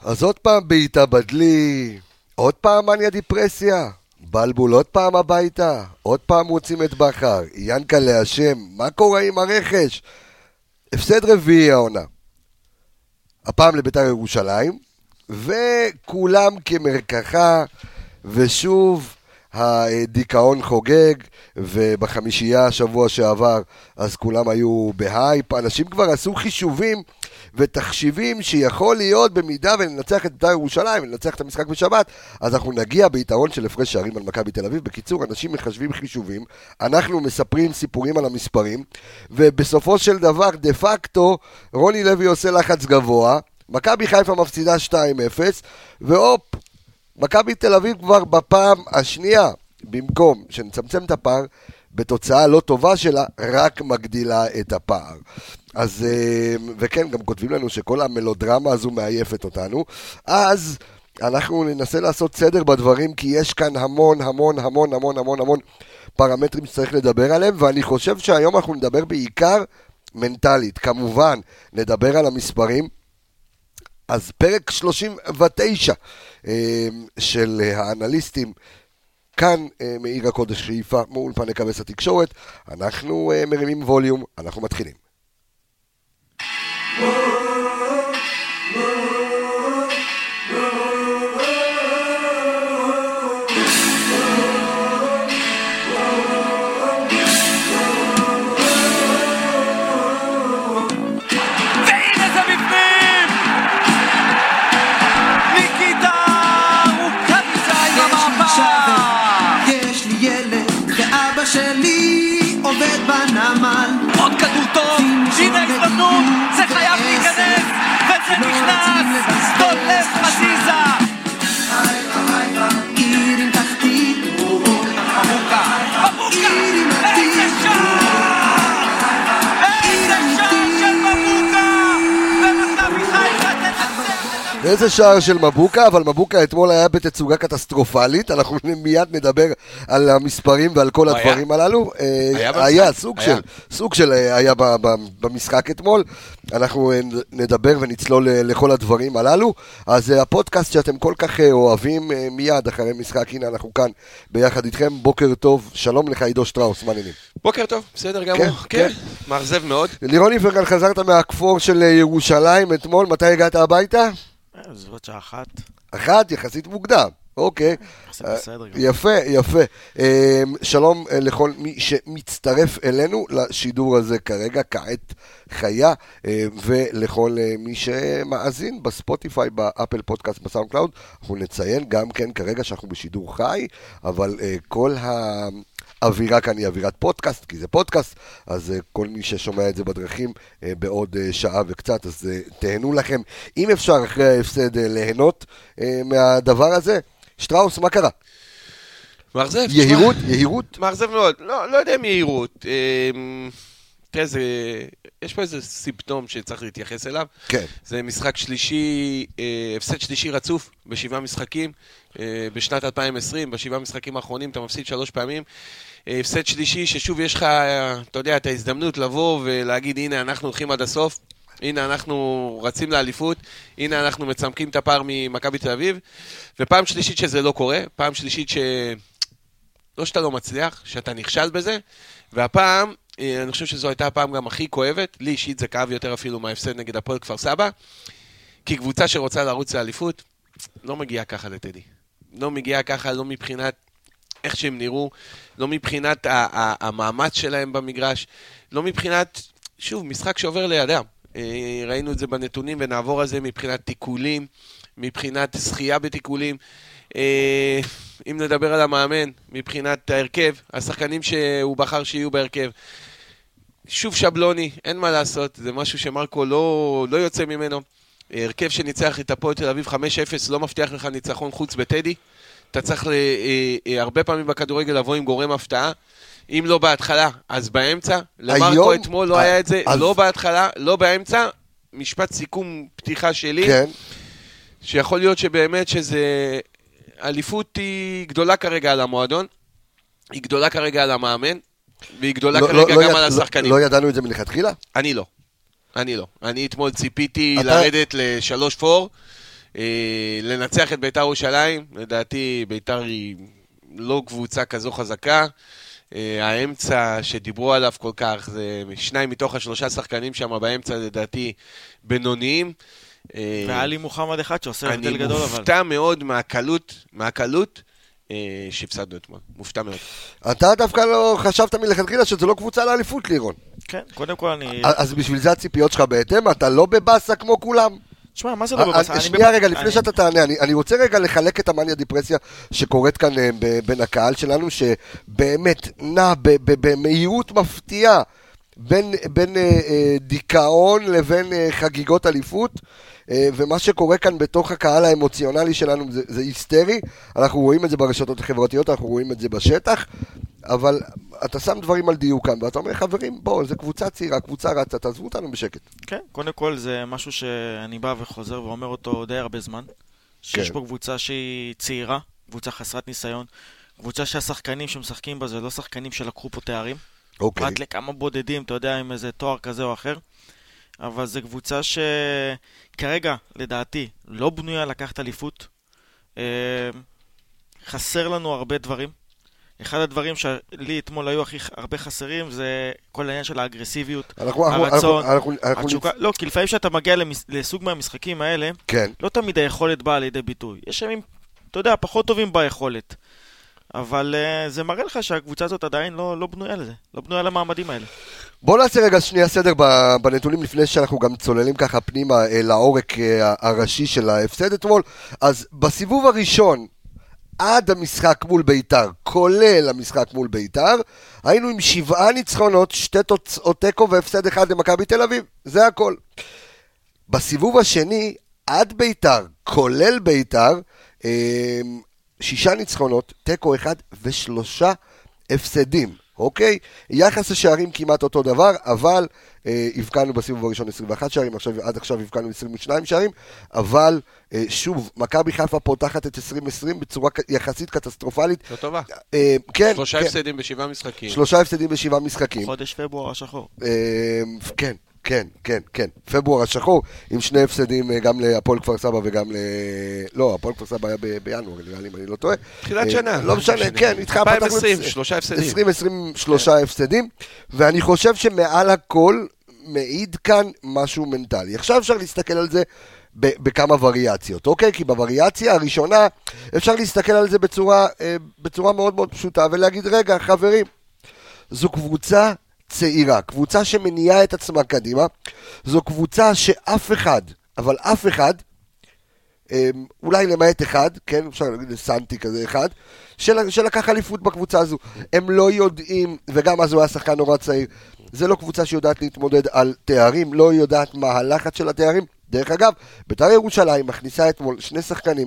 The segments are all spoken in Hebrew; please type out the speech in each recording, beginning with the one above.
אז עוד פעם בעיטה בדלי, עוד פעם מניה דיפרסיה, בלבול עוד פעם הביתה, עוד פעם רוצים את בכר, ינקה להשם, מה קורה עם הרכש? הפסד רביעי העונה. הפעם לבית"ר ירושלים, וכולם כמרקחה, ושוב הדיכאון חוגג, ובחמישייה השבוע שעבר, אז כולם היו בהייפ, אנשים כבר עשו חישובים, ותחשיבים שיכול להיות במידה וננצח את בית"ר ירושלים, וננצח את המשחק בשבת, אז אנחנו נגיע ביתרון של הפרש שערים על מכבי תל אביב. בקיצור, אנשים מחשבים חישובים, אנחנו מספרים סיפורים על המספרים, ובסופו של דבר, דה פקטו, רוני לוי עושה לחץ גבוה, מכבי חיפה מפסידה 2-0, והופ, מכבי תל אביב כבר בפעם השנייה, במקום שנצמצם את הפער, בתוצאה לא טובה שלה, רק מגדילה את הפער. אז, וכן, גם כותבים לנו שכל המלודרמה הזו מעייפת אותנו, אז אנחנו ננסה לעשות סדר בדברים, כי יש כאן המון פרמטרים שצריך לדבר עליהם, ואני חושב שהיום אנחנו נדבר בעיקר מנטלית. כמובן, נדבר על המספרים, אז פרק 39 של האנליסטים, כאן מעיר הקודש חיפה, מאולפני כבש התקשורת, אנחנו מרימים ווליום, אנחנו מתחילים. שלי עובד בנמל עוד כדור טוב, הנה הזדמנות, זה חייב להיכנס וזה נכנס, דולף חזיזה עיר עם תחתית מבוקה, איזה שער של מבוקה ומכבי חיפה תנצח. איזה שער של מבוקה, אבל מבוקה אתמול היה בתצוגה קטסטרופלית, אנחנו מיד נדבר על המספרים ועל כל הדברים הללו. היה סוג של היה במשחק אתמול, אנחנו נדבר ונצלול לכל הדברים הללו. אז הפודקאסט שאתם כל כך אוהבים, מיד אחרי משחק, הנה אנחנו כאן ביחד איתכם. בוקר טוב, שלום לך עידו שטראוס, מה העניינים? בוקר טוב, בסדר גמור, כן, מאכזב מאוד. לירון איפרגן, חזרת מהכפור של ירושלים אתמול, מתי הגעת הביתה? זאת שעה אחת. אחת, יחסית מוקדם, אוקיי. יפה. שלום לכל מי שמצטרף אלינו לשידור הזה כרגע, כעת חיה, ולכל מי שמאזין בספוטיפיי, באפל פודקאסט, בסאונד קלאוד. אנחנו נציין גם כן כרגע שאנחנו בשידור חי, אבל כל האווירה כאן היא אווירת פודקאסט, כי זה פודקאסט, אז כל מי ששומע את זה בדרכים בעוד שעה וקצת, אז תהנו לכם, אם אפשר אחרי ההפסד ליהנות מהדבר הזה. שטראוס, מה קרה? מאכזב. יהירות? מאכזב מאוד, לא יודע אם יהירות. תראה, יש פה איזה סימפטום שצריך להתייחס אליו. כן. זה משחק שלישי, הפסד שלישי רצוף בשבעה משחקים, בשנת 2020, בשבעה משחקים האחרונים אתה מפסיד 3 פעמים. הפסד שלישי ששוב יש לך, אתה יודע, את ההזדמנות לבוא ולהגיד, הנה אנחנו הולכים עד הסוף, הנה אנחנו רצים לאליפות, הנה אנחנו מצמקים את הפער ממכבי תל אביב, ופעם שלישית שזה לא קורה, פעם שלישית לא שאתה לא מצליח, שאתה נכשל בזה, והפעם, אני חושב שזו הייתה הפעם גם הכי כואבת, לי אישית זה כאב יותר אפילו מההפסד נגד הפועל כפר סבא, כי קבוצה שרוצה לרוץ לאליפות, לא מגיעה ככה לטדי. לא מגיעה ככה, לא מבחינת איך שהם נראו, לא מבחינת המאמץ שלהם במגרש, לא מבחינת, שוב, משחק שעובר לידם. ראינו את זה בנתונים ונעבור על זה מבחינת תיקולים, מבחינת שחייה בתיקולים. אם נדבר על המאמן, מבחינת ההרכב, השחקנים שהוא בחר שיהיו בהרכב. שוב שבלוני, אין מה לעשות, זה משהו שמרקו לא יוצא ממנו. הרכב שניצח את הפועל תל אביב 5-0 לא מבטיח לך ניצחון חוץ בטדי. אתה צריך הרבה פעמים בכדורגל לבוא עם גורם הפתעה. אם לא בהתחלה, אז באמצע. למרקו אתמול לא היה את זה, לא בהתחלה, לא באמצע. משפט סיכום פתיחה שלי, שיכול להיות שבאמת שזה... אליפות היא גדולה כרגע על המועדון, היא גדולה כרגע על המאמן, והיא גדולה כרגע גם על השחקנים. לא ידענו את זה מלכתחילה? אני לא. אני אתמול ציפיתי לרדת ל3-4, לנצח את ביתר ירושלים, לדעתי ביתר היא לא קבוצה כזו חזקה, האמצע שדיברו עליו כל כך, זה 2 מתוך 3 שחקנים שם באמצע, לדעתי בינוניים. ועלי מוחמד אחד שעושה הבדל גדול. אני מופתע מאוד מהקלות שהפסדנו אתמול, מופתע מאוד. אתה דווקא לא חשבת מלכתחילה שזה לא קבוצה לאליפות, לירון. כן, קודם כל אני... אז בשביל זה הציפיות שלך בהתאם, אתה לא בבאסה כמו כולם. תשמע, מה זה לא בבאסה? שנייה רגע, לפני שאתה תענה, אני רוצה רגע לחלק את המניה דיפרסיה שקורית כאן בין הקהל שלנו, שבאמת נע במהירות מפתיעה בין דיכאון לבין חגיגות אליפות, ומה שקורה כאן בתוך הקהל האמוציונלי שלנו זה היסטרי, אנחנו רואים את זה ברשתות החברתיות, אנחנו רואים את זה בשטח, אבל אתה שם דברים על דיוקם, ואתה אומר, חברים, בואו, זה קבוצה צעירה, קבוצה רצה, תעזבו אותנו בשקט. כן, קודם כל זה משהו שאני בא וחוזר ואומר אותו די הרבה זמן, שיש פה קבוצה שהיא צעירה, קבוצה חסרת ניסיון, קבוצה שהשחקנים שמשחקים בה זה לא שחקנים שלקחו פה תארים, פרט לכמה בודדים, אתה יודע, עם איזה תואר כזה או אחר, אבל זו קבוצה שכרגע, לדעתי, לא בנויה לקחת אליפות, חסר לנו הרבה דברים, אחד הדברים שלי אתמול היו הכי הרבה חסרים זה כל העניין של האגרסיביות, הרצון, התשוקה. לא, כי לפעמים שאתה מגיע לסוג מהמשחקים האלה, לא תמיד היכולת באה לידי ביטוי. יש ימים, אתה יודע, פחות טובים ביכולת. אבל זה מראה לך שהקבוצה הזאת עדיין לא בנויה לזה, לא בנויה למעמדים האלה. בוא נעשה רגע שנייה סדר בנתונים לפני שאנחנו גם צוללים ככה פנימה לעורק הראשי של ההפסד אתמול. אז בסיבוב הראשון, עד המשחק מול ביתר, כולל המשחק מול ביתר, היינו עם 7 ניצחונות, 2 תוצאות תיקו והפסד 1 למכבי תל אביב. זה הכל. בסיבוב השני, עד ביתר, כולל ביתר, 6 ניצחונות, תיקו 1 ו3 הפסדים. אוקיי? יחס השערים כמעט אותו דבר, אבל הבקענו בסיבוב הראשון 21 שערים, עד עכשיו הבקענו 22 שערים, אבל שוב, מכבי חיפה פותחת את 2020 בצורה יחסית קטסטרופלית. לא טובה. כן. 3 הפסדים ב7 משחקים. 3 הפסדים ב7 משחקים. חודש פברואר השחור. כן. פברואר השחור, עם 2 הפסדים גם להפועל כפר סבא וגם לא, הפועל כפר סבא היה בינואר, נראה לי אם אני לא טועה. תחילת שנה. לא משנה, כן, 2020, 3 הפסדים. 2020, 3 הפסדים, ואני חושב שמעל הכל מעיד כאן משהו מנטלי. עכשיו אפשר להסתכל על זה בכמה וריאציות, אוקיי? כי בווריאציה הראשונה אפשר להסתכל על זה בצורה מאוד מאוד פשוטה, ולהגיד, רגע, חברים, זו קבוצה צעירה, קבוצה שמניעה את עצמה קדימה, זו קבוצה שאף אחד, אבל אף אחד, אולי למעט אחד, כן, אפשר להגיד לסנטי כזה אחד, שלקח אליפות בקבוצה הזו. הם לא יודעים, וגם אז הוא היה שחקן נורא צעיר, זה לא קבוצה שיודעת להתמודד על תארים, לא יודעת מה הלחץ של התארים. דרך אגב, בית"ר ירושלים מכניסה אתמול 2 שחקנים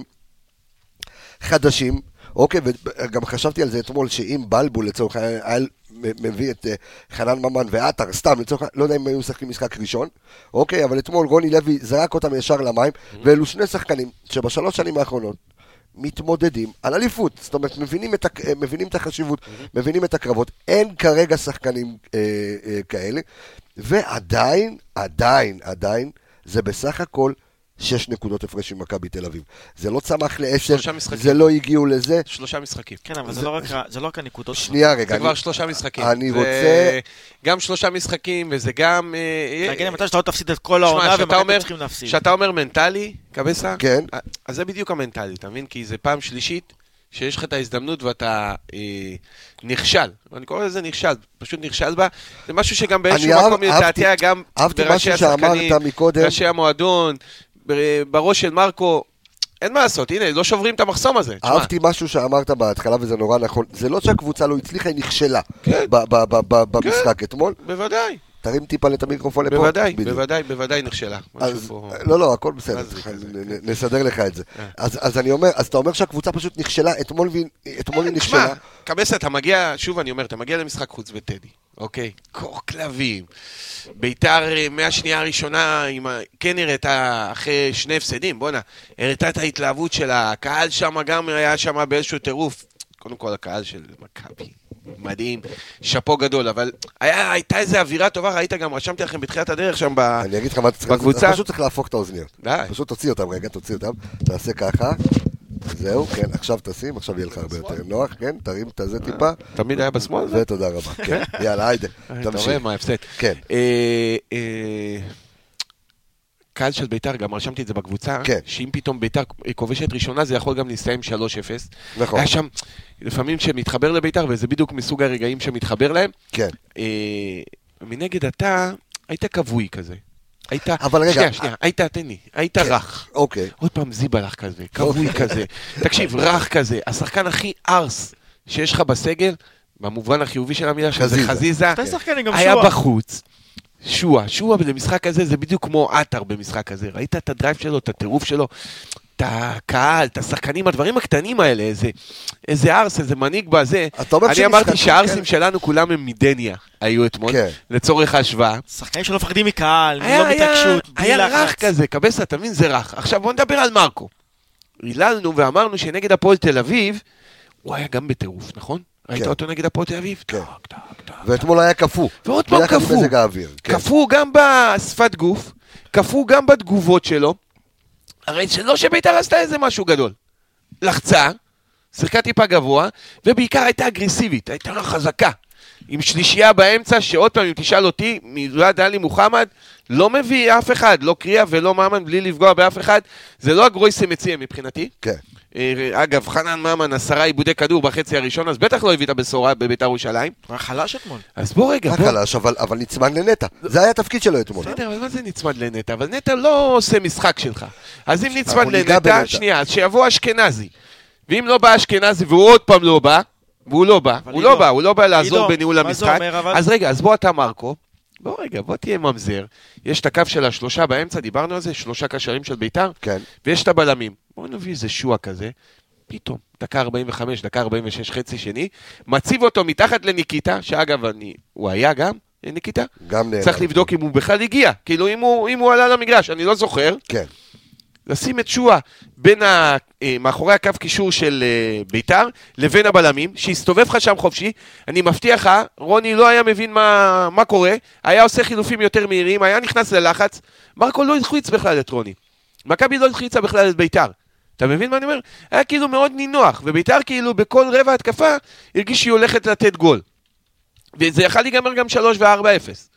חדשים, אוקיי, וגם חשבתי על זה אתמול, שאם בלבול לצורך היה מביא את חנן ממן ועטר, סתם לצורך, לא יודע אם היו משחקים משחק ראשון, אוקיי, אבל אתמול רוני לוי זרק אותם ישר למים, ואלו 2 שחקנים שב3 שנים האחרונות מתמודדים על אליפות, זאת אומרת, מבינים את החשיבות, מבינים את הקרבות, אין כרגע שחקנים כאלה, ועדיין, זה בסך הכל 6 נקודות הפרש עם מכבי תל אביב. זה לא צמח ל10, זה לא הגיעו לזה. 3 משחקים. כן, אבל זה לא רק הנקודות. שנייה רגע. זה כבר 3 משחקים. אני רוצה... גם 3 משחקים, וזה גם... תגיד, מתי שאתה לא תפסיד את כל העונה, ומכבי צריכים להפסיד. שאתה אומר מנטלי, קבסה, כן. אז זה בדיוק המנטלי, אתה מבין? כי זה פעם שלישית, שיש לך את ההזדמנות ואתה נכשל. אני קורא לזה נכשל, פשוט נכשל בה. זה משהו שגם באיזשהו מקום יתעתע גם בראשי השחקנים, ראשי המועדון, בראש של מרקו, אין מה לעשות, הנה, לא שוברים את המחסום הזה. אהבתי משהו שאמרת בהתחלה וזה נורא נכון, זה לא שהקבוצה לא הצליחה, היא נכשלה במשחק אתמול. בוודאי. תרים טיפה את המיקרופון לפה. בוודאי נכשלה. לא, הכל בסדר, נסדר לך את זה. אז אני אומר, אז אתה אומר שהקבוצה פשוט נכשלה, אתמול היא נכשלה. קבסה, אתה מגיע, שוב אני אומר, אתה מגיע למשחק חוץ בטדי, אוקיי? קור כלבים. ביתר מהשנייה הראשונה, כן הראתה אחרי 2 הפסדים, בוא'נה, הראתה את ההתלהבות של הקהל שם, גם היה שם באיזשהו טירוף. קודם כל הקהל של מכבי. מדהים, שפו גדול, אבל הייתה איזו אווירה טובה, ראית גם, רשמתי לכם בתחילת הדרך שם בקבוצה. אני אגיד לך מה, אתה פשוט צריך להפוך את האוזניות. די. פשוט תוציא אותם, רגע, תוציא אותם, תעשה ככה, זהו, כן, עכשיו תשים, עכשיו יהיה לך הרבה יותר נוח, כן, תרים את זה טיפה. תמיד היה בשמאל? ותודה רבה, כן, יאללה, היידה, תמשיך. אתה רואה מה הפסד. כן. קהל של ביתר, גם רשמתי את זה בקבוצה, שאם פתאום ביתר כובשת ראשונה, זה יכול גם להסתיים 3-0. נכון. היה שם לפעמים שמתחבר לביתר, וזה בדיוק מסוג הרגעים שמתחבר להם. כן. מנגד אתה, היית קבוי כזה. היית, אבל רגע, היית רך. אוקיי. עוד פעם זיבלח כזה, קבוי כזה. תקשיב, רך כזה, השחקן הכי ארס שיש לך בסגל, במובן החיובי של המילה, שזה חזיזה, היה בחוץ. שועה במשחק הזה זה בדיוק כמו אתר במשחק הזה, ראית את הדרייב שלו, את הטירוף שלו, את הקהל, את השחקנים, הדברים הקטנים האלה, איזה ארס, איזה מנהיג בזה. אני אמרתי שהארסים שלנו כולם הם מדניה, היו אתמול, לצורך ההשוואה. שחקנים שלא מפחדים מקהל, לא מתרגשות, היה רך כזה, קבסה, תבין, זה רך. עכשיו בוא נדבר על מרקו. היללנו ואמרנו שנגד הפועל תל אביב, הוא היה גם בטירוף, נכון? ראית אותו נגד הפועל תל אביב? כן. ואתמול היה קפוא. ועוד פעם קפוא גם בשפת גוף, קפוא גם בתגובות שלו, הרי שלא שביתר עשתה איזה משהו גדול. לחצה, שיחקה טיפה גבוה, ובעיקר הייתה אגרסיבית, הייתה לה חזקה. עם שלישייה באמצע, שעוד פעם, אם תשאל אותי, מלבד עלי מוחמד, לא מביא אף אחד, לא קריאה ולא מאמן, בלי לפגוע באף אחד, זה לא הגרויסה מציע מבחינתי. כן. אגב, חנן מאמן 10 עיבודי כדור בחצי הראשון, אז בטח לא הביא את הבשורה בביתר ירושלים. היה חלש אתמול. אז בוא רגע. היה חלש, אבל נצמד לנטע. זה היה התפקיד שלו אתמול. בסדר, אבל מה זה נצמד לנטע? אבל נטע לא עושה משחק שלך. אז אם נצמד לנטע, שנייה, אז שיבוא אשכנזי. ואם לא בא אשכנזי והוא עוד פעם לא בא, והוא לא בא לעזור בניהול המשחק. אז רגע, אז בוא אתה מרקו. בוא תהיה ממזר. יש את הקו של השלושה באמצע, דיברנו על זה, 3 קשרים של ביתר. כן. ויש את הבלמים. בואו נביא איזה שועה כזה, פתאום, דקה 45, דקה 46, חצי שני, מציב אותו מתחת לניקיטה, שאגב, הוא היה גם, ניקיטה? גם נהנה. צריך לבדוק אם הוא בכלל הגיע, כאילו אם הוא עלה למגרש, אני לא זוכר. כן. לשים את שועה בין מאחורי הקו קישור של ביתר, לבין הבלמים, שיסתובב לך שם חופשי, אני מבטיח לך, רוני לא היה מבין מה קורה, היה עושה חילופים יותר מהירים, היה נכנס ללחץ, מרקו לא החליץ בכלל את רוני. מכבי לא החליצה בכלל את ביתר. אתה מבין מה אני אומר? היה כאילו מאוד נינוח, וביתר כאילו בכל רבע התקפה הרגיש שהיא הולכת לתת גול. וזה יכול להיגמר גם 3 ו-4-0.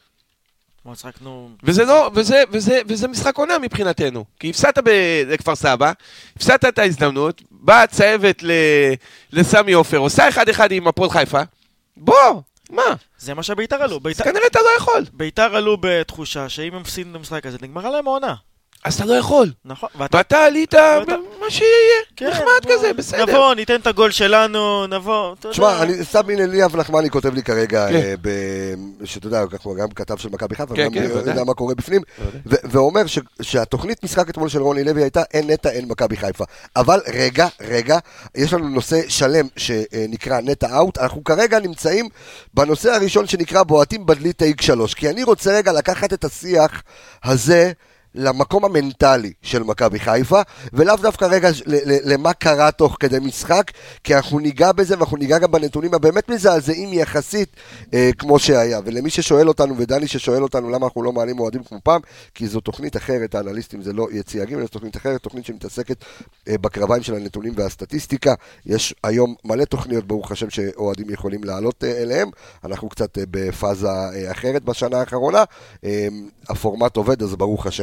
וזה משחק עונה מבחינתנו. כי הפסדת לכפר סבא, הפסדת את ההזדמנות, באה הצהבת לסמי עופר, עושה 1-1 עם הפועל חיפה. בוא, מה? זה מה שביתר עלו. אז כנראה אתה לא יכול. ביתר עלו בתחושה שאם הם מפסידים את המשחק הזה, נגמר עליהם העונה. אז אתה לא יכול. נכון. ואתה עלית מה שיהיה. נחמד כזה, בסדר. נבוא, ניתן את הגול שלנו, נבוא. תשמע, סתם הנה ליאב נחמני כותב לי כרגע, שאתה יודע, גם כתב של מכבי חיפה, וגם יודע מה קורה בפנים, ואומר שהתוכנית משחק אתמול של רוני לוי הייתה אין נטע, אין מכבי חיפה. אבל רגע, יש לנו נושא שלם שנקרא נטע אאוט, אנחנו כרגע נמצאים בנושא הראשון שנקרא בועטים בדלי טייק 3, כי אני רוצה רגע לקחת את השיח הזה למקום המנטלי של מכבי חיפה, ולאו דווקא רגע למה קרה תוך כדי משחק, כי אנחנו ניגע בזה, ואנחנו ניגע גם בנתונים הבאמת מזעזעים יחסית כמו שהיה. ולמי ששואל אותנו, ודני ששואל אותנו למה אנחנו לא מעלים אוהדים כמו פעם, כי זו תוכנית אחרת, האנליסטים זה לא יצייגים, זו תוכנית אחרת, תוכנית שמתעסקת בקרביים של הנתונים והסטטיסטיקה. יש היום מלא תוכניות, ברוך השם, שאוהדים יכולים לעלות אליהם, אנחנו קצת בפאזה אחרת בשנה האחרונה, הפורמט עובד, אז ברוך השם.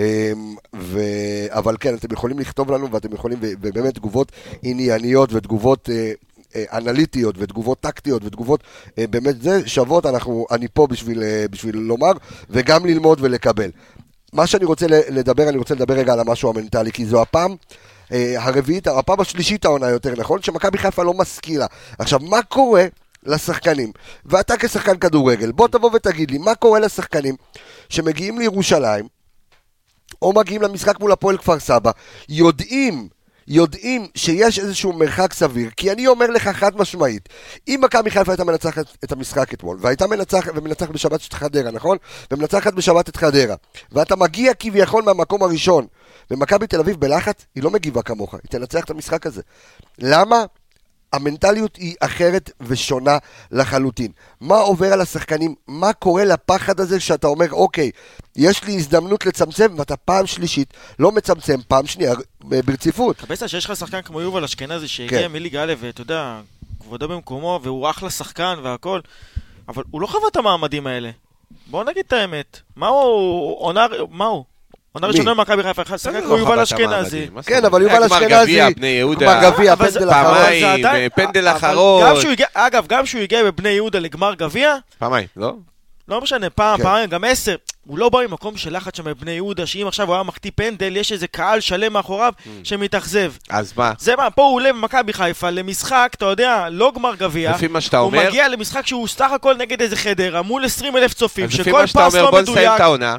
אבל כן, אתם יכולים לכתוב לנו, ואתם יכולים, ובאמת תגובות ענייניות ותגובות אנליטיות ותגובות טקטיות ותגובות באמת זה שוות, אני פה בשביל לומר וגם ללמוד ולקבל. מה שאני רוצה לדבר, אני רוצה לדבר רגע על המשהו המנטלי, כי זו הפעם הרביעית, הפעם השלישית העונה יותר, נכון? שמכבי חיפה לא משכילה. עכשיו, מה קורה לשחקנים? ואתה כשחקן כדורגל, בוא תבוא ותגיד לי, מה קורה לשחקנים שמגיעים לירושלים, או מגיעים למשחק מול הפועל כפר סבא, יודעים שיש איזשהו מרחק סביר, כי אני אומר לך חד משמעית, אם מכבי חיפה הייתה מנצחת את המשחק אתמול, והייתה מנצחת בשבת את חדרה, נכון? ומנצחת בשבת את חדרה, ואתה מגיע כביכול מהמקום הראשון, ומכבי תל אביב בלחץ, היא לא מגיבה כמוך, היא תנצח את המשחק הזה. למה? המנטליות היא אחרת ושונה לחלוטין. מה עובר על השחקנים? מה קורה לפחד הזה שאתה אומר, אוקיי, יש לי הזדמנות לצמצם, ואתה פעם שלישית לא מצמצם, פעם שנייה ברציפות. חפשת שיש לך שחקן כמו יובל אשכנזי שהגיע מליגה א' ואתה יודע, כבודו במקומו, והוא אחלה שחקן והכל, אבל הוא לא חווה את המעמדים האלה. בואו נגיד את האמת. מה הוא? עונה ראשונה במכבי חיפה, אחד שחקן כמו יובל אשכנזי. כן, אבל יובל אשכנזי, גמר גביע, בני יהודה, פעמיים, פנדל אחרון. אגב, גם שהוא הגיע בבני יהודה לגמר גביע, פעמיים, לא? לא משנה, פעמיים, גם 10. הוא לא בא ממקום של לחץ שם בבני יהודה, שאם עכשיו הוא היה מחטיא פנדל, יש איזה קהל שלם מאחוריו שמתאכזב. אז מה? זה מה, פה הוא עולה במכבי חיפה למשחק, אתה יודע, לא גמר גביע. לפי מה שאתה אומר... הוא מגיע למשחק שהוא סך הכל נגד איזה חדר, מול 20,000 צופים, שכל פס לא מדויק. בוא נסיים את העונה,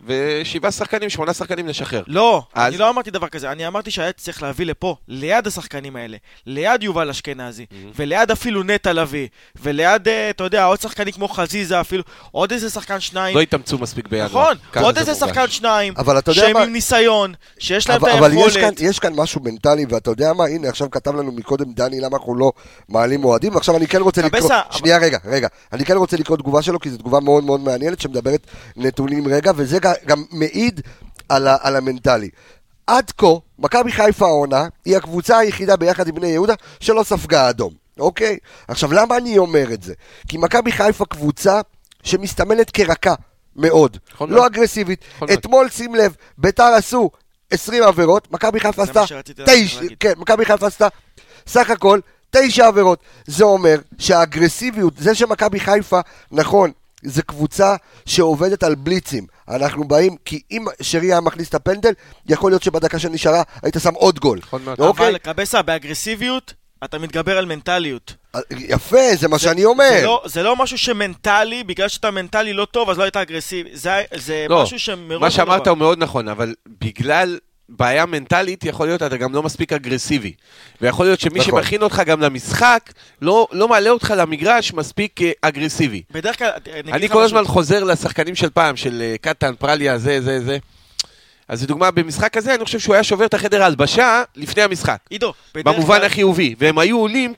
ו7 שחקנים נשחרר. לא, אני לא אמרתי דבר כזה, אני אמרתי שהיית צריך להביא לפה, ליד השחקנים האלה, ליד יובל אשכנזי, וליד אפילו נטע לביא, וליד, אתה יודע, עוד שחקנים כמו חזיזה אפילו, עוד איזה שחקן שניים. לא יתאמצו מספיק ביד. נכון, עוד איזה שחקן שניים, שהם עם ניסיון, שיש להם את היכולת. אבל יש כאן משהו מנטלי, ואתה יודע מה, הנה, עכשיו כתב לנו מקודם דני, למה אנחנו לא מעלים אוהדים, ועכשיו אני כן רוצה לקרוא, שנייה רגע, אני כן רוצה לקרוא תגובה שלו, כי זו תגובה מאוד מאוד מעניינת, שמדברת נתונים רגע, וזה גם מעיד על המנטלי. עד כה, מכבי חיפה העונה היא הקבוצה היחידה ביחד עם בני יהודה שלא ספגה אדום. אוקיי? עכשיו, למה אני אומר את זה? כי מכבי חיפה קבוצה שמסתמנת כרכה מאוד, לא אגרסיבית. אתמול, שים לב, ביתר עשו 20 עבירות, מכבי חיפה עשתה 9, כן, מכבי חיפה עשתה סך הכל 9 עבירות. זה אומר שהאגרסיביות, זה שמכבי חיפה, נכון, זה קבוצה שעובדת על בליצים. אנחנו באים, כי אם שרי היה מכניס את הפנדל, יכול להיות שבדקה שנשארה היית שם עוד גול. אבל קבסה, באגרסיביות, אתה מתגבר על מנטליות. יפה, זה מה שאני אומר. זה לא משהו שמנטלי, בגלל שאתה מנטלי לא טוב, אז לא היית אגרסיבי. זה משהו שמראש... מה שאמרת הוא מאוד נכון, אבל בגלל... בעיה מנטלית, יכול להיות אתה גם לא מספיק אגרסיבי. ויכול להיות שמי שמכין אותך גם למשחק, לא מעלה אותך למגרש מספיק אגרסיבי. בדרך כלל... אני כל הזמן חוזר לשחקנים של פעם, של קטן, פרליה, זה. אז זו דוגמה, במשחק הזה, אני חושב שהוא היה שובר את החדר ההלבשה לפני המשחק. עידו, במובן החיובי. והם היו עולים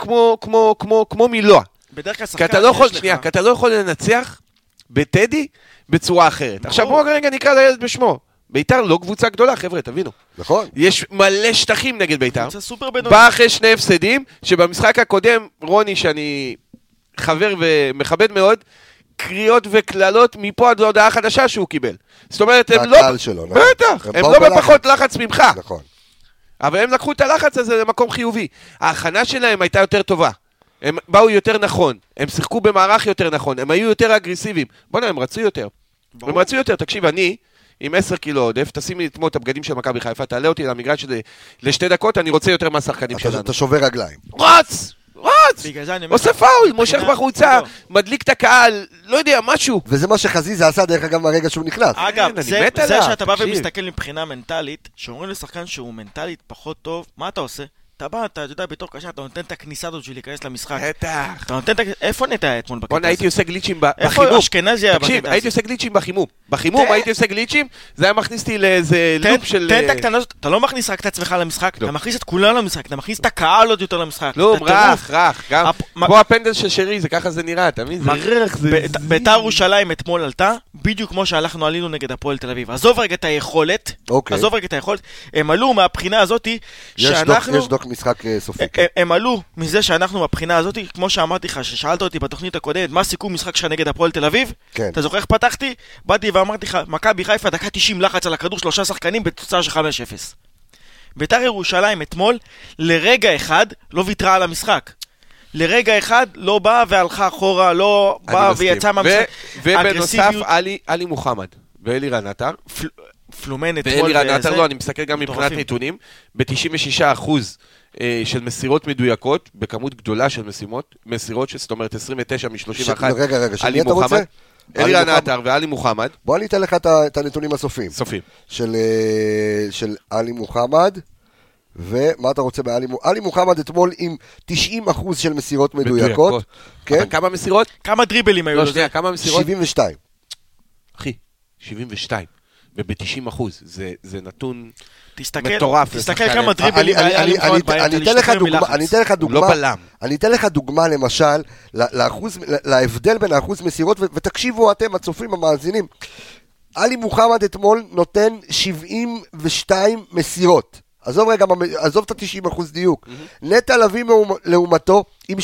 כמו מילוע. בדרך כלל שחקן כי אתה לא יכול לנצח בטדי בצורה אחרת. עכשיו בואו רגע נקרא לילד בשמו. ביתר לא קבוצה גדולה, חבר'ה, תבינו. נכון. יש מלא שטחים נגד ביתר. קבוצה סופר בינונית. בא אחרי 2 הפסדים, שבמשחק הקודם, רוני, שאני חבר ומכבד מאוד, קריאות וכללות מפה עד להודעה חדשה שהוא קיבל. זאת אומרת, הם לא... והקהל שלו, נכון. בטח, הם לא בפחות לחץ ממך. נכון. אבל הם לקחו את הלחץ הזה למקום חיובי. ההכנה שלהם הייתה יותר טובה. הם באו יותר נכון. הם שיחקו במערך יותר נכון. הם היו יותר אגרסיביים. בוא'נה, הם רצו יותר. הם רצו יותר. תקשיב, אני... עם 10 קילו עודף, תשים לי אתמול את הבגדים של מכבי חיפה, תעלה אותי למגרש ל2 דקות, אני רוצה יותר מהשחקנים שלנו. אתה שובר רגליים. רץ! עושה פאול, מושך בחוצה, מדליק את הקהל, לא יודע, משהו. וזה מה שחזיזה עשה דרך אגב מהרגע שהוא נכנס. אגב, זה שאתה בא ומסתכל מבחינה מנטלית, שאומרים לשחקן שהוא מנטלית פחות טוב, מה אתה עושה? אתה בא, אתה יודע, בתור קשה, אתה נותן את הכניסה הזאת בשביל להיכנס למשחק. בטח. אתה נותן את... איפה נטע אתמול בקטע הזה? הייתי עושה גליצ'ים בחימום. איפה אשכנזי היה בקטע הזה? תקשיב, הייתי עושה גליצ'ים בחימום. בחימום הייתי עושה גליצ'ים, זה היה מכניס אותי לאיזה לופ של... תן את הקטנה הזאת, אתה לא מכניס רק את עצמך למשחק, אתה מכניס את כולם למשחק, אתה מכניס את הקהל עוד יותר למשחק. לא, רך. גם כמו הפנדל של שרי, זה ככה זה נראה, תמיד זה רך. בית"ר ירושלים אתמול עלתה, בדיוק כמו שהלכנו עלינו נגד הפועל תל אביב. עזוב רגע את היכולת, הם עלו מהבחינה הזאת שאנחנו... יש דוק משחק סופי. הם עלו מזה שאנחנו מהבחינה הזאת, כמו שאמרתי לך, ששאלת אותי בתוכנית הקודמת, מה סיכום משחק שלך נגד הפועל תל אביב? אתה זוכר איך פתחתי? באתי ואמרתי לך, מכבי חיפה, דקה 90 לחץ על הכדור, 3 שחקנים בתוצאה של 5-0. בית"ר ירושלים אתמול, לרגע אחד, לא ויתרה על המשחק. לרגע אחד לא באה והלכה אחורה, לא באה ויצאה מהמשחק. ובנוסף, עלי מוחמד ואלירן עטר. פלומן אתמול. ואלירן עטר, לא, אני מסתכל גם מבחינת נתונים, ב-96% של מסירות מדויקות, בכמות גדולה של מסירות, זאת אומרת 29 מ-31. רגע, שמי אתה רוצה? אלירן עטר ואלי מוחמד. בוא אני אתן לך את הנתונים הסופיים. סופיים. של אלי מוחמד, ומה אתה רוצה באלי מוחמד? אלי מוחמד אתמול עם 90% של מסירות מדויקות. אבל כמה מסירות? כמה דריבלים היו? לא, שנייה, כמה מסירות? 72. אחי, 72. וב-90%. זה נתון מטורף. תסתכל כמה דריבלים היה למחאות בעיה. אני אתן לך דוגמה למשל, להבדל בין האחוז מסירות, ותקשיבו אתם, הצופים המאזינים. עלי מוחמד אתמול נותן 72 מסירות. עזוב את ה-90% דיוק. נטע לביא לעומתו עם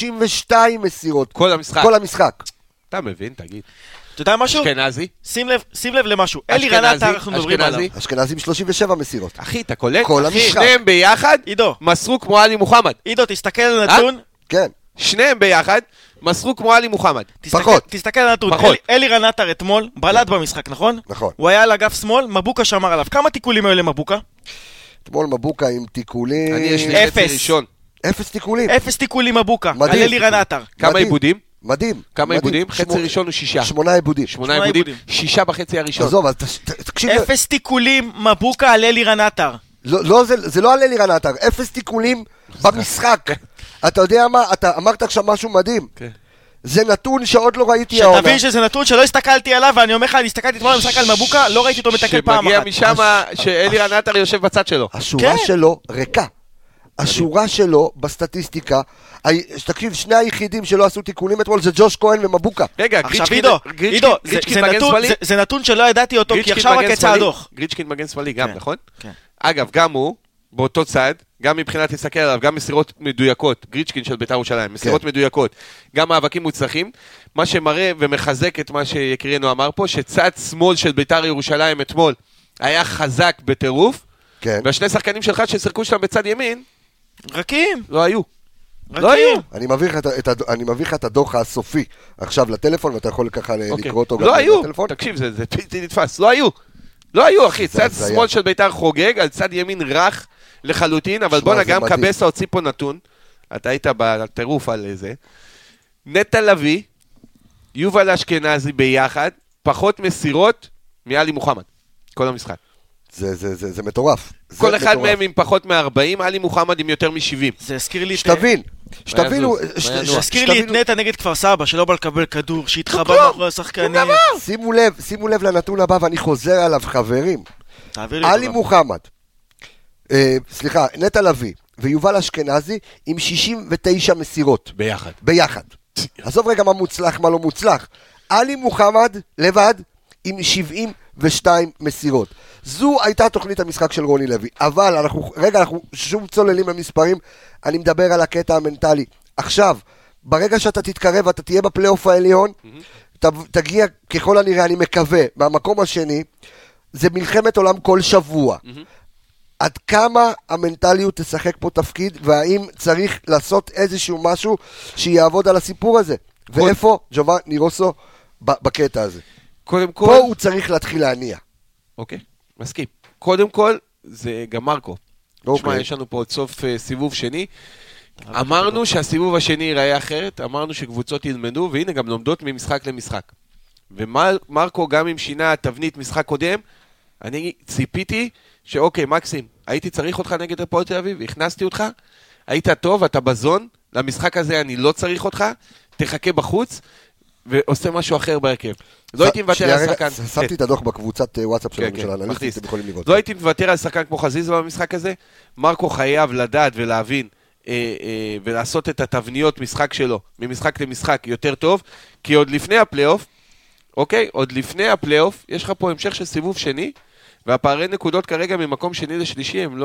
32 מסירות. כל המשחק. אתה מבין, תגיד. אתה יודע משהו? אשכנזי. שים לב למשהו. אלירן עטר, אנחנו מדברים עליו. אשכנזי עם 37 מסירות. אחי, אתה קולט? כל המשחק. שניהם ביחד, מסרו כמו עלי מוחמד. עידו, תסתכל על הנתון. כן. שניהם ביחד, מסרו כמו עלי מוחמד. פחות. תסתכל על הנתון. אלירן עטר אתמול, בלט במשחק, נכון? נכון. הוא היה על אגף שמאל, מבוקה שמר עליו. כמה תיקולים היו למבוקה? אתמול מבוקה עם תיקולים... אני יש לי חצי ראשון. 0 תיקולים. 0 מבוקה מבוקה. על אלירן עטר. כמה עיבודים? מדהים. כמה עיבודים? חצי ראשון הוא 6. 8 עיבודים. 8 עיבודים. 6 בחצי הראשון. עזוב, אז תקשיב... 0 תיקולים מבוקה על אלירן עטר. לא, זה לא על אלירן עטר. 0 תיקולים במשחק. אתה יודע מה? אתה אמרת עכשיו משהו מדהים. זה נתון שעוד לא ראיתי העונה. שתבין שזה נתון שלא הסתכלתי עליו, ואני אומר לך, אני הסתכלתי אתמול במשחק על מבוקה, לא ראיתי אותו מתקל פעם אחת. שמגיע משם שאלירן עטר יושב בצד שלו. השורה שלו ריקה. השורה שלו בסטטיסטיקה, תקשיב, שני היחידים שלא עשו תיקונים אתמול זה ג'וש כהן ומבוקה. רגע, עידו, זה נתון שלא ידעתי אותו, כי עכשיו רק יצא הדוח. גריצ'קין מגן שמאלי גם, נכון? אגב, גם הוא, באותו צד, גם מבחינת להסתכל עליו, גם מסירות מדויקות, גריצ'קין של בית"ר ירושלים, מסירות מדויקות, גם מאבקים מוצלחים, מה שמראה ומחזק את מה שיקירנו אמר פה, שצד שמאל של בית"ר ירושלים אתמול היה חזק בטירוף, והשני שחקנים שלך ששיחקו שם בצד ימין, רכים. לא היו. לא היו. אני מביא לך את הדוח הסופי עכשיו לטלפון, ואתה יכול ככה לקרוא אותו גם בטלפון. תקשיב, זה בלתי נתפס. לא היו. לא היו, אחי. צד שמאל של בית"ר חוגג, על צד ימין רך לחלוטין, אבל בוא נגם קבסה הוציא פה נתון. אתה היית בטירוף על זה. נטע לביא, יובל אשכנזי ביחד, פחות מסירות מעלי מוחמד. כל המשחק. זה מטורף. כל אחד מהם עם פחות מ-40, עלי מוחמד עם יותר מ-70. זה הזכיר לי... שתבינו... הזכיר לי את נטע נגד כפר סבא, שלא בא לקבל כדור, שהתחבא מאחורי השחקנים. שימו לב לנתון הבא, ואני חוזר עליו, חברים. עלי מוחמד, נטע לביא, ויובל אשכנזי עם 69 מסירות. ביחד. עזוב רגע מה מוצלח, מה לא מוצלח. עלי מוחמד לבד עם 72 מסירות. זו הייתה תוכנית המשחק של רוני לוי. אבל אנחנו שוב צוללים למספרים, אני מדבר על הקטע המנטלי. עכשיו, ברגע שאתה תתקרב, אתה תהיה בפלייאוף העליון, תגיע ככל הנראה, אני מקווה, מהמקום השני, זה מלחמת עולם כל שבוע. עד כמה המנטליות תשחק פה תפקיד, והאם צריך לעשות איזשהו משהו שיעבוד על הסיפור הזה. ואיפה ג'ובאני רוסו בקטע הזה. קודם כל... פה הוא צריך להתחיל להניע. אוקיי, מסכים. קודם כל, זה גם מרקו. תשמע, יש לנו פה עוד סוף סיבוב שני. אמרנו שהסיבוב השני ייראה אחרת, אמרנו שקבוצות ילמדו, והנה גם לומדות ממשחק למשחק. ומרקו גם אם שינה תבנית משחק קודם, אני ציפיתי שאוקיי, מקסים, הייתי צריך אותך נגד הפועל תל אביב, הכנסתי אותך, היית טוב, אתה בזון, למשחק הזה אני לא צריך אותך, תחכה בחוץ, ועושה משהו אחר בהרכב. לא הייתי מוותר על שחקן... שמתי את הדוח בקבוצת וואטסאפ שלנו של האנליסטים, אתם יכולים לראות. לא הייתי מוותר על שחקן כמו חזיזה במשחק הזה, מרקו חייב לדעת ולהבין, ולעשות את התבניות משחק שלו, ממשחק למשחק יותר טוב, כי עוד לפני הפלייאוף, אוקיי, עוד לפני הפלייאוף, יש לך פה המשך של סיבוב שני, והפערי נקודות כרגע ממקום שני לשלישי, הם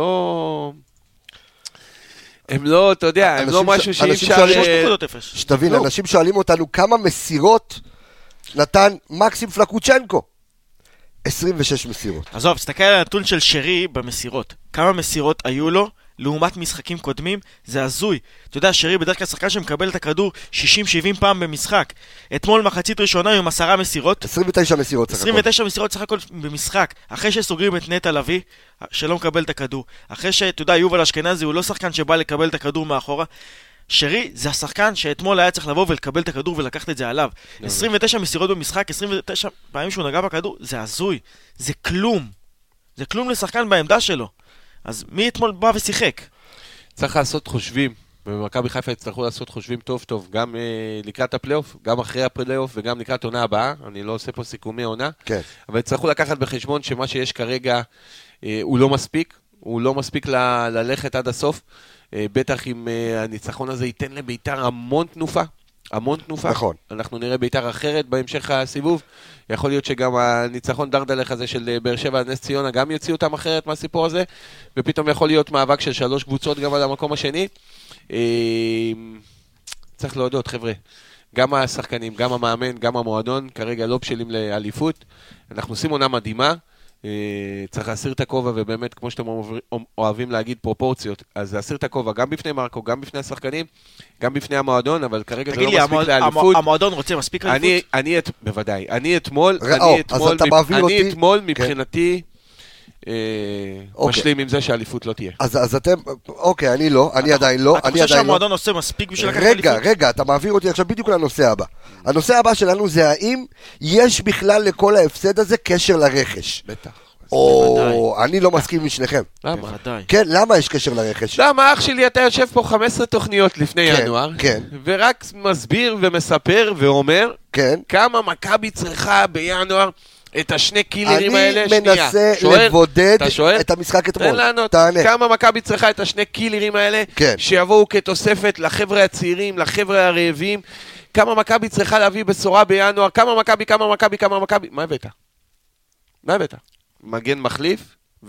לא, אתה יודע, הם לא משהו שאי אפשר... שתבין, אנשים שואלים אותנו כמה מסירות נתן מקסים פלקוצ'נקו. 26 מסירות. עזוב, תסתכל על הנתון של שרי במסירות. כמה מסירות היו לו לעומת משחקים קודמים? זה הזוי. אתה יודע, שרי בדרך כלל שחקן שמקבל את הכדור 60-70 פעם במשחק. אתמול מחצית ראשונה עם 10 מסירות. 29 מסירות. 29 מסירות סך הכל במשחק. אחרי שסוגרים את נטע לביא, שלא מקבל את הכדור. אחרי שאתה יודע, יובל אשכנזי הוא לא שחקן שבא לקבל את הכדור מאחורה. שרי זה השחקן שאתמול היה צריך לבוא ולקבל את הכדור ולקחת את זה עליו. 29 מסירות במשחק, 29 פעמים שהוא נגע בכדור, זה הזוי. זה כלום. זה כלום לשחקן בעמדה שלו. אז מי אתמול בא ושיחק? צריך לעשות חושבים ומכבי חיפה יצטרכו לעשות חושבים טוב, גם לקראת הפלייאוף, גם אחרי הפלייאוף וגם לקראת עונה הבאה, אני לא עושה פה סיכומי עונה, כן. אבל יצטרכו לקחת בחשבון שמה שיש כרגע הוא לא מספיק ללכת עד הסוף, בטח אם הניצחון הזה ייתן לביתר המון תנופה, נכון. אנחנו נראה ביתר אחרת בהמשך הסיבוב, יכול להיות שגם הניצחון דרדלך הזה של באר שבע נס ציונה גם יוציאו אותם אחרת מהסיפור הזה, ופתאום יכול להיות מאבק של 3 קבוצות גם על המקום השני. צריך להודות חבר'ה, גם השחקנים, גם המאמן, גם המועדון, כרגע לא בשלים לאליפות, אנחנו עושים עונה מדהימה, צריך להסיר את הכובע, ובאמת, כמו שאתם אוהבים להגיד פרופורציות, אז להסיר את הכובע גם בפני מרקו, גם בפני השחקנים, גם בפני המועדון, אבל כרגע זה לא מספיק לאליפות. המועדון רוצה מספיק לאליפות? בוודאי. אני אתמול מבחינתי משלים עם זה שהאליפות לא תהיה. אז אתם, אוקיי, אני לא, אני עדיין לא. אתה חושב שהמועדון עושה מספיק בשביל לקחת אליפות? רגע, אתה מעביר אותי עכשיו בדיוק לנושא הבא. הנושא הבא שלנו זה האם יש בכלל לכל ההפסד הזה קשר לרכש. בטח. או, אני לא מסכים משניכם. למה? כן, למה יש קשר לרכש? למה, אח שלי, אתה יושב פה 15 תוכניות לפני ינואר, ורק מסביר ומספר ואומר כמה מכבי צריכה בינואר את השני קילרים האלה. אני מנסה לבודד את המשחק אתמול. תן לענות. כמה מכבי צריכה את השני קילרים האלה, שיבואו כתוספת לחבר'ה הצעירים, לחבר'ה הרעבים, כמה מכבי צריכה להביא בשורה בינואר, כמה מכבי, מה הבאת? מגן מחליף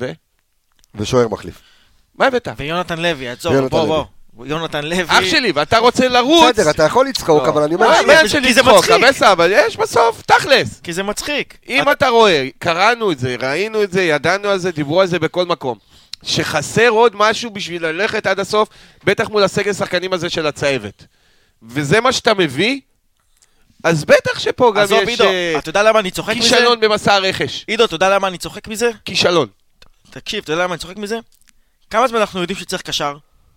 ושוער מחליף. מה הבאת? ויונתן לוי, עצור, בוא. יונתן לוי. אח שלי, ואתה רוצה לרוץ. בסדר, אתה יכול לצחוק, אבל אני אומר... כי זה מצחיק. אבל יש בסוף, תכלס. כי זה מצחיק. אם אתה רואה, קראנו את זה, ראינו את זה, ידענו על זה, דיברו על זה בכל מקום. שחסר עוד משהו בשביל ללכת עד הסוף, בטח מול הסגל שחקנים הזה של הצהבת. וזה מה שאתה מביא, אז בטח שפה גם יש כישלון במסע הרכש. עידו, אתה יודע למה אני צוחק מזה? כישלון. תקשיב, אתה יודע למה אני צוחק מזה? כמה זמן אנחנו יודעים שצריך קשר?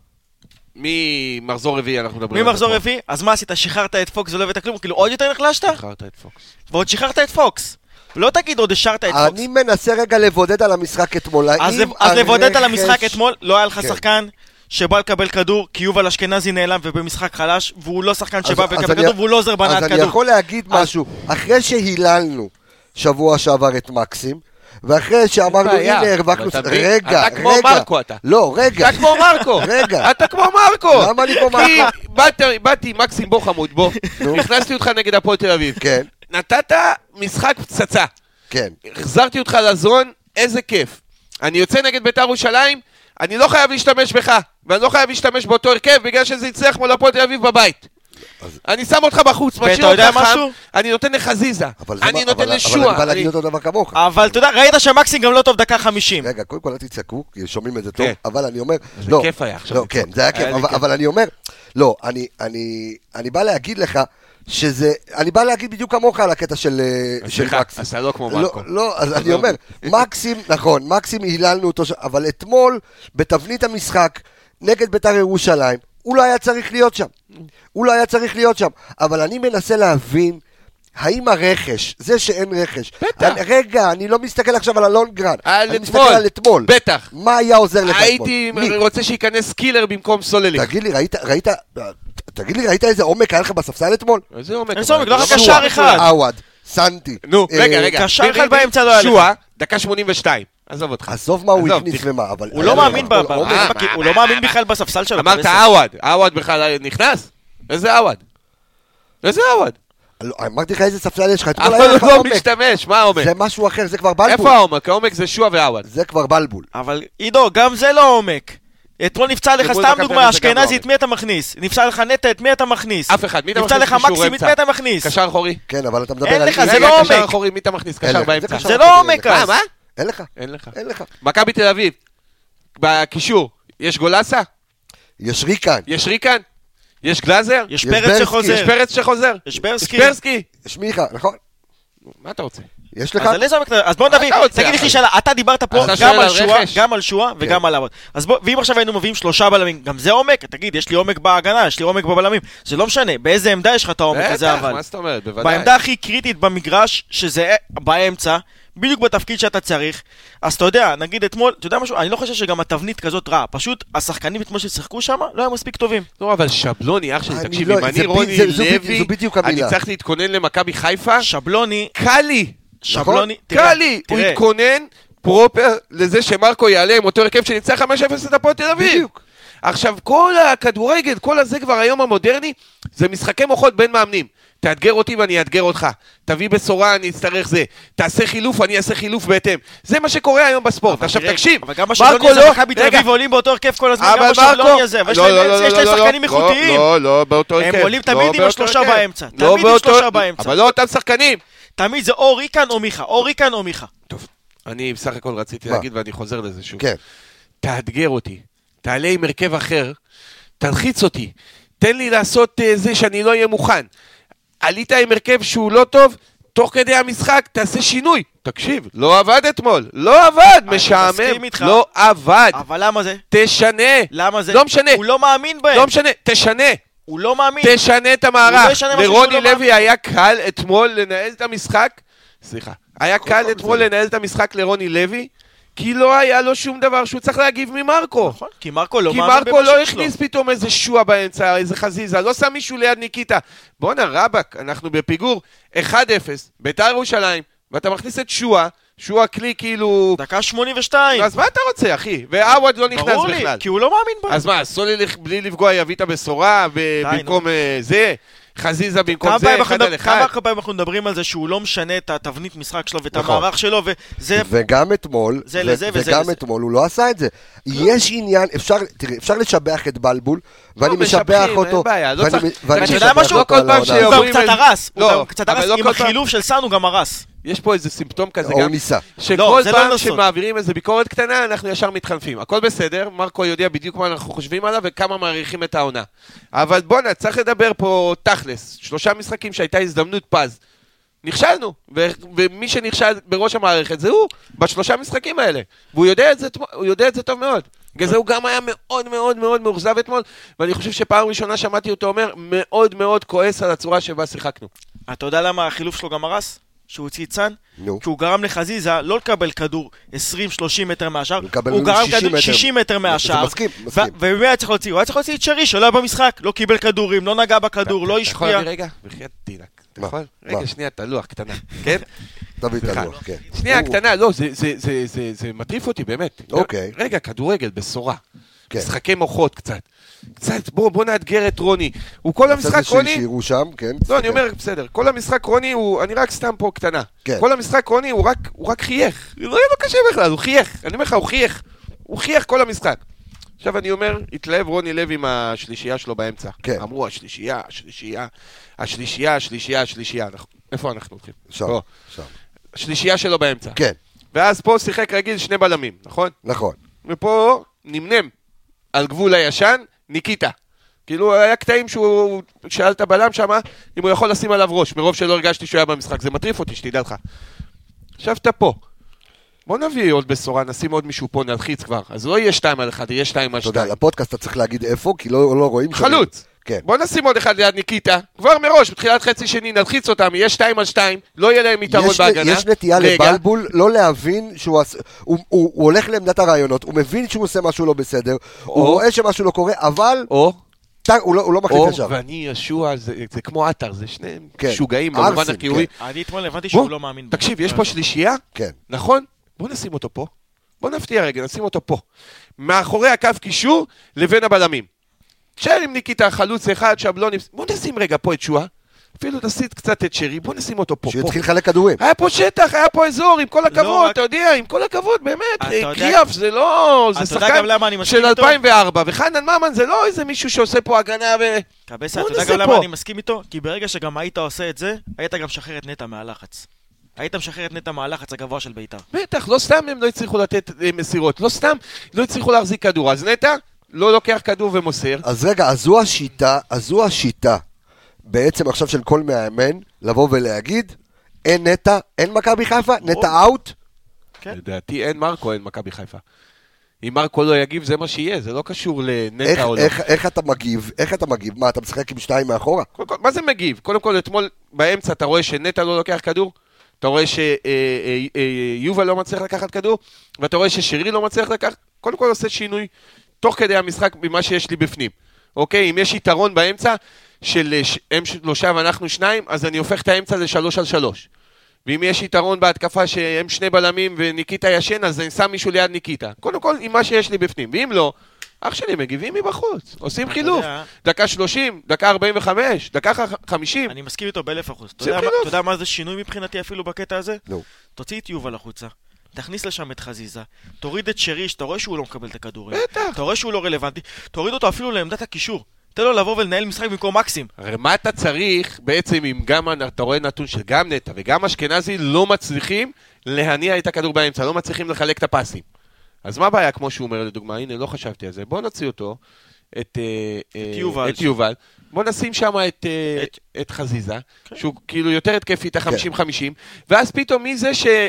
ממחזור רביעי אנחנו מדברים. ממחזור רביעי? אז מה עשית? שחררת את פוקס ולא הבאת כלום? כאילו עוד יותר נחלשת? שחררת את פוקס. ועוד שחררת את פוקס. לא תגיד עוד השארת את פוקס. אני מנסה רגע לבודד על המשחק אתמול. אז לבודד על המשחק אתמול, לא היה לך שחקן שבא לקבל כדור, כי יובל אשכנזי נעלם ובמשחק חלש, והוא לא שחקן שבא לקבל כדור, והוא לא עוזר בנעת כדור. אז אני יכול להגיד משהו. אחרי שהיללנו שבוע שעבר את מקסים, ואחרי שאמרנו, הנה הרווחנו... רגע. אתה כמו מרקו אתה. לא, רגע. אתה כמו מרקו. אתה כמו מרקו. למה אני כמו מרקו? באתי, מקסים, בוא חמוד, בוא. נכנסתי אותך נגד הפועל תל אביב. כן. נתת משחק פצצה. כן. החזרתי אותך לזון, איזה כיף. אני יוצא נגד בית"ר ירושלים, אני לא חייב להשתמש בך, ואני לא חייב להשתמש באותו הרכב, בגלל שזה יצליח מול הפועל תל אביב בבית. אני שם אותך בחוץ, משאיר אותך חם, אני נותן לך זיזה, אני נותן לשועה. אבל אני בא להגיד אותו דבר כמוך. אבל אתה יודע, ראית שמקסים גם לא טוב דקה 50. רגע, קודם כל אל תצעקו, כי שומעים את זה טוב, אבל אני אומר... זה כיף היה עכשיו. לא, כן, זה היה כיף, אבל אני אומר, לא, אני בא להגיד לך, אני בא להגיד בדיוק כמוך על הקטע של מקסים. אז לא כמו מרקו. לא, אז אני אומר, מקסים, נכון, מקסים היללנו אותו, אבל אתמול, בתבנית המשחק, נגד בית"ר ירושלים, הוא לא היה צריך להיות שם. אבל אני מנסה להבין, האם הרכש, זה שאין רכש, רגע, אני לא מסתכל עכשיו על הלונגרן, אני מסתכל על אתמול. בטח. מה היה עוזר לך אתמול? הייתי רוצה שייכנס קילר במקום סולליך. תגיד לי, ראית איזה עומק היה לך בספסל אתמול? איזה עומק? לא רק קשר אחד. עווד, סנטי. נו, רגע. קשר אחד באמצע לא היה לך. שועה, דקה 82. עזוב אותך. עזוב מה הוא הכניס ומה, אבל... הוא לא מאמין בכלל בספסל שלו. אמרת עווד בכלל נכנס? איזה עווד? אמרתי לך איזה ספסל יש לך, אבל הוא לא משתמש, מה העומק? זה משהו אחר, זה כבר בלבול. איפה העומק? העומק זה שועה ועווד. זה כבר בלבול. אבל עידו, גם זה לא עומק. אתמול נפצע לך, סתם דוגמה, אשכנזי, את מי אתה מכניס? נפצע לך נטע, את מי אתה מכניס? אף אחד, מי אתה מכניס? נפצע לך מקסים, את מי אתה מכניס? קשר אחורי. כן, אבל אתה מדבר אין על... לך, זה לא עומק. קשר אחורי, מי אתה מכניס? קשר באמצע. זה לא עומק אז. מה? אין לך. מכבי תל אביב, בקישור, יש גולסה? יש ריקן. יש גלאזר? יש פרץ שחוזר. יש ברסקי. יש מיכה, נכון? מה אתה רוצה? יש לך? אז בוא נביא, תגיד לי שאלה, אתה דיברת פה גם על שועה וגם על עווד. אז בוא, ואם עכשיו היינו מביאים 3 בלמים, גם זה עומק? תגיד, יש לי עומק בהגנה, יש לי עומק בבלמים. זה לא משנה, באיזה עמדה יש לך את העומק הזה אבל? מה זאת אומרת? בוודאי. בעמדה הכי קריטית במגרש, שזה באמצע, בדיוק בתפקיד שאתה צריך, אז אתה יודע, נגיד אתמול, אתה יודע משהו, אני לא חושב שגם התבנית כזאת רעה, פשוט השחקנים אתמול ששיחקו שם, לא היו מספיק טובים. לא, אבל שבלוני, אח שלי, תקשיב, אם אני רוני לוי, אני צריך להתכונן למכבי חיפה, שבלוני, קלי, קלי, הוא התכונן פרופר לזה שמרקו יעלה עם אותו הרכב שניצח 5-0 את הפועל תל אביב. עכשיו, כל הכדורגל, כל הזה כבר היום המודרני, זה משחקי מוחות בין מאמנים. תאתגר אותי ואני אאתגר אותך. תביא בשורה, אני אצטרך זה. תעשה חילוף, אני אעשה חילוף בהתאם. זה מה שקורה היום בספורט. עכשיו תקשיב, אבל גם בשבלוני הזה מכבי תל אביב עולים באותו הרכב כל הזמן, גם בשבלוני הזה. יש להם שחקנים איכותיים. לא, באותו הרכב. הם עולים תמיד עם השלושה באמצע. תמיד עם שלושה באמצע. אבל לא אותם שחקנים. תמיד זה או ריקן או מיכה. או ריקן או מיכה. טוב, אני בסך הכל רציתי להגיד ואני חוזר לזה שוב. תאתגר אותי. תעלה עם הרכב אחר. תלחיץ אותי. תן לי לעשות זה שאני לא אהיה מוכן. עלית עם הרכב שהוא לא טוב, תוך כדי המשחק תעשה שינוי. תקשיב, לא עבד אתמול. לא עבד, משעמם. לא עבד. אבל למה זה? תשנה. למה זה? לא משנה. הוא לא מאמין בהם. לא משנה, תשנה. הוא לא מאמין. תשנה את המערך. לרוני לוי היה קל אתמול לנהל את המשחק. סליחה. היה קל אתמול לנהל את המשחק לרוני לוי. כי לא היה לו שום דבר שהוא צריך להגיב ממרקו. נכון, כי מרקו לא מאמין במשהו שלו. כי מרקו לא הכניס פתאום איזה שועה באמצע, איזה חזיזה, לא שם מישהו ליד ניקיטה. בוא'נה רבק, אנחנו בפיגור 1-0, בית"ר ירושלים, ואתה מכניס את שועה כלי כאילו... דקה 82. אז מה אתה רוצה, אחי? ועווד לא נכנס בכלל. ברור לי, כי הוא לא מאמין בו. אז מה, סולי בלי לפגוע יביא את הבשורה, במקום זה... חזיזה במקום זה, אחד על אחד. כמה פעמים אנחנו מדברים על זה שהוא לא משנה את התבנית משחק שלו ואת המערך שלו, וגם אתמול, הוא לא עשה את זה. יש עניין, אפשר לשבח את בלבול, ואני משבח אותו. ואני משבח אותו על העונה. הוא קצת הרס, עם החילוף של סאן הוא גם הרס. יש פה איזה סימפטום כזה גם, שכל פעם שמעבירים איזה ביקורת קטנה, אנחנו ישר מתחנפים. הכל בסדר, מרקו יודע בדיוק מה אנחנו חושבים עליו וכמה מעריכים את העונה. אבל בוא'נה, צריך לדבר פה תכלס. 3 משחקים שהייתה הזדמנות פז. נכשלנו, ומי שנכשל בראש המערכת זה הוא, ב3 משחקים האלה. והוא יודע את זה טוב מאוד. בגלל זה הוא גם היה מאוד מאוד מאוד מאוכזב אתמול, ואני חושב שפעם ראשונה שמעתי אותו אומר, מאוד מאוד כועס על הצורה שבה שיחקנו. אתה יודע למה החילוף שלו גם הרס? שהוא הוציא צאן, כי הוא גרם לחזיזה לא לקבל כדור 20-30 מטר מהשאר, הוא גרם כדור 60 מטר מהשאר, ובאמת היה צריך להוציא, הוא היה צריך להוציא את שרי שלא היה במשחק, לא קיבל כדורים, לא נגע בכדור, לא השפיע. יכול רגע, בחיית תינק, נכון? רגע, שנייה, תלוח קטנה, כן? תביא תלוח, כן. שנייה, קטנה, לא, זה מטריף אותי באמת. רגע, כדורגל, בשורה. משחקי מוחות קצת. בוא נאתגר את רוני. הוא כל המשחק רוני... שירו שם, כן. לא, אני אומר, בסדר. כל המשחק רוני הוא... אני רק סתם פה קטנה. כל המשחק רוני הוא רק חייך. לא יהיה לו קשה בכלל, הוא חייך. אני אומר לך, הוא חייך. הוא חייך כל המשחק. עכשיו אני אומר, התלהב רוני לוי עם השלישייה שלו באמצע. אמרו, השלישייה. איפה אנחנו הולכים? שם. השלישייה שלו באמצע. כן. ואז פה שיחק רגיל 2 בלמים, נכון? נכון. ופה נמנם על גבול הישן, ניקיטה. כאילו היה קטעים שהוא שאל את הבלם שם, אם הוא יכול לשים עליו ראש, מרוב שלא הרגשתי שהוא היה במשחק. זה מטריף אותי, שתדע לך. עכשיו אתה פה. בוא נביא עוד בשורה, נשים עוד מישהו פה, נלחיץ כבר. אז לא יהיה 2 על 1, יהיה 2 על 2. אתה יודע, לפודקאסט אתה צריך להגיד איפה, כי לא רואים... חלוץ. כן. בוא נשים עוד אחד ליד ניקיטה, כבר מראש, בתחילת חצי שני, נלחיץ אותם, יהיה 2 על 2, לא יהיה להם יתרון בהגנה. יש נטייה לבלבול לא להבין הוא הולך לעמדת הרעיונות, הוא מבין שהוא עושה משהו לא בסדר, הוא רואה שמשהו לא קורה, אבל הוא לא מחליט ישר. ואני ישוע, זה כמו אתר, זה שני שוגעים, במובן הקיווי. אני אתמול הבנתי שהוא לא מאמין. תקשיב, יש פה שלישייה, נכון? בוא נשים אותו פה. בוא נפתיע רגע, נשים אותו פה. מאחורי הקו קישור לבין הבלמים. תשאר עם ניקיטה, חלוץ אחד, שבלונים, בוא נשים רגע פה את שועה, אפילו תסיט קצת את שרי, בוא נשים אותו פה. שיתחיל חלק כדורים. היה פה שטח, היה פה אזור, עם כל הכבוד, אתה יודע, עם כל הכבוד, באמת, קריאף זה לא, זה שחקן של 2004, וחנן ממן זה לא איזה מישהו שעושה פה הגנה ו... קבסה, אתה יודע גם למה אני מסכים איתו? כי ברגע שגם היית עושה את זה, היית גם משחרר את נטע מהלחץ. היית משחרר את נטע מהלחץ הגבוה של בית"ר. בטח, לא סתם הם לא הצליחו לתת מסירות, לא סתם לא הצליחו להחזיק כדור, אז נטע לא לוקח כדור ומוסר. אז רגע, אז זו השיטה בעצם עכשיו של כל מאמן לבוא ולהגיד, אין נטע, אין מכבי חיפה, נטע אאוט? לדעתי אין מרקו, אין מכבי חיפה. אם מרקו לא יגיב זה מה שיהיה, זה לא קשור לנטע או לא. איך אתה מגיב? מה, אתה משחק עם 2 מאחורה? מה זה מגיב? קודם כל אתמול באמצע אתה רואה שנטע לא לוקח כדור? אתה רואה שיובל לא מצליח לקחת כדור, ואתה רואה ששרי לא מצליח לקחת, קודם כל עושה שינוי תוך כדי המשחק ממה שיש לי בפנים. אוקיי, אם יש יתרון באמצע של הם 3 ואנחנו 2, אז אני הופך את האמצע ל3-3. ואם יש יתרון בהתקפה שהם 2 בלמים וניקיטה ישן, אז אני שם מישהו ליד ניקיטה. קודם כל, עם מה שיש לי בפנים. ואם לא, אח שלי מגיבים מבחוץ. עושים חילוף. דקה 30, דקה 45, דקה 50. אני מסכים איתו ב1,000%. אתה יודע מה זה שינוי מבחינתי אפילו בקטע הזה? לא. תוציא את יובל החוצה. תכניס לשם את חזיזה, תוריד את שרי, שאתה רואה שהוא לא מקבל את הכדורים. בטח. אתה רואה שהוא לא רלוונטי. תוריד אותו אפילו לעמדת הקישור. תן לו לבוא ולנהל משחק במקום מקסים. הרי מה אתה צריך בעצם אם גם אתה רואה נתון של גם נטע וגם אשכנזי לא מצליחים להניע את הכדור באמצע, לא מצליחים לחלק את הפסים. אז מה הבעיה כמו שהוא אומר לדוגמה, הנה לא חשבתי על זה, בוא נוציא אותו, את יובל, בוא נשים שם את חזיזה, שהוא כאילו יותר התקפי את ה-50-50, ואז פתאום מזה